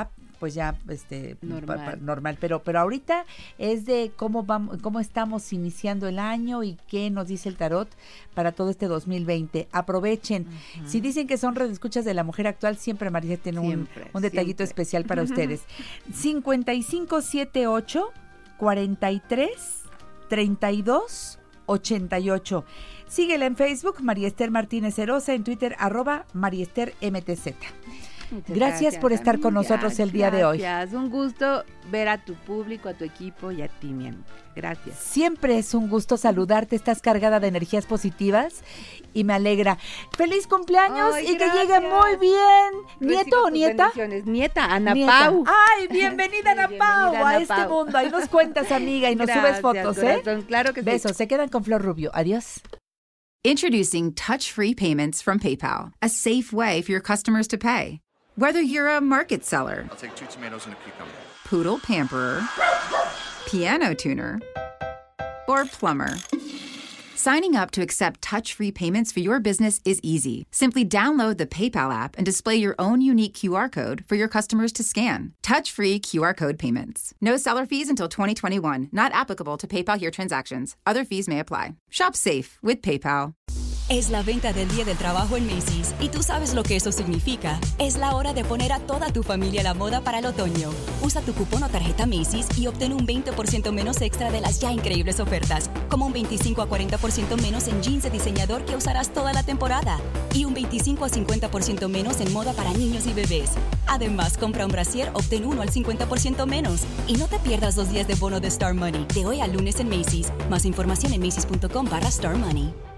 pues ya este Normal. pa- pa- normal, pero pero ahorita es de cómo vamos, cómo estamos iniciando el año y qué nos dice el tarot para todo este dos mil veinte. Aprovechen. Ujú. Si dicen que son redescuchas de La Mujer Actual, siempre Marisa tiene un, Siempre, un detallito siempre. especial para ustedes. cincuenta y cinco setenta y ocho cuarenta y tres treinta y dos ochenta y ocho. Síguela en Facebook, María Esther Martínez Herosa, en Twitter, arroba María Esther M T Z. Muchas Gracias por estar con amigas, nosotros el día de hoy. Gracias, un gusto ver a tu público, a tu equipo y a ti, mi amiga. Gracias. Siempre es un gusto saludarte, estás cargada de energías positivas y me alegra. ¡Feliz cumpleaños! Ay, y que gracias. llegue muy bien. ¿Nieto Recibo o tus nieta? bendiciones. Nieta, Ana Nieta. Pau. ¡Ay, bienvenida Ana Bienvenida, Pau a Ana este Pau. mundo! Ahí nos cuentas, amiga, y nos Gracias, subes fotos, ¿eh? corazón, claro que sí. Besos, se quedan con Flor Rubio. Adiós. Introducing touch-free payments from PayPal, a safe way for your customers to pay. Whether you're a market seller, I'll take two tomatoes and a cucumber. poodle pamperer, piano tuner, or plumber, signing up to accept touch-free payments for your business is easy. Simply download the PayPal app and display your own unique Q R code for your customers to scan. Touch-free Q R code payments. No seller fees until twenty twenty-one. Not applicable to PayPal here transactions. Other fees may apply. Shop safe with PayPal. Es la venta del Día del Trabajo en Macy's y tú sabes lo que eso significa. Es la hora de poner a toda tu familia a la moda para el otoño. Usa tu cupón o tarjeta Macy's y obtén un veinte por ciento menos extra de las ya increíbles ofertas, como un veinticinco a cuarenta por ciento menos en jeans de diseñador que usarás toda la temporada y un veinticinco a cincuenta por ciento menos en moda para niños y bebés. Además, compra un brasier, obtén uno al cincuenta por ciento menos. Y no te pierdas los días de bono de Star Money de hoy al lunes en Macy's. Más información en macy's punto com barra Star Money.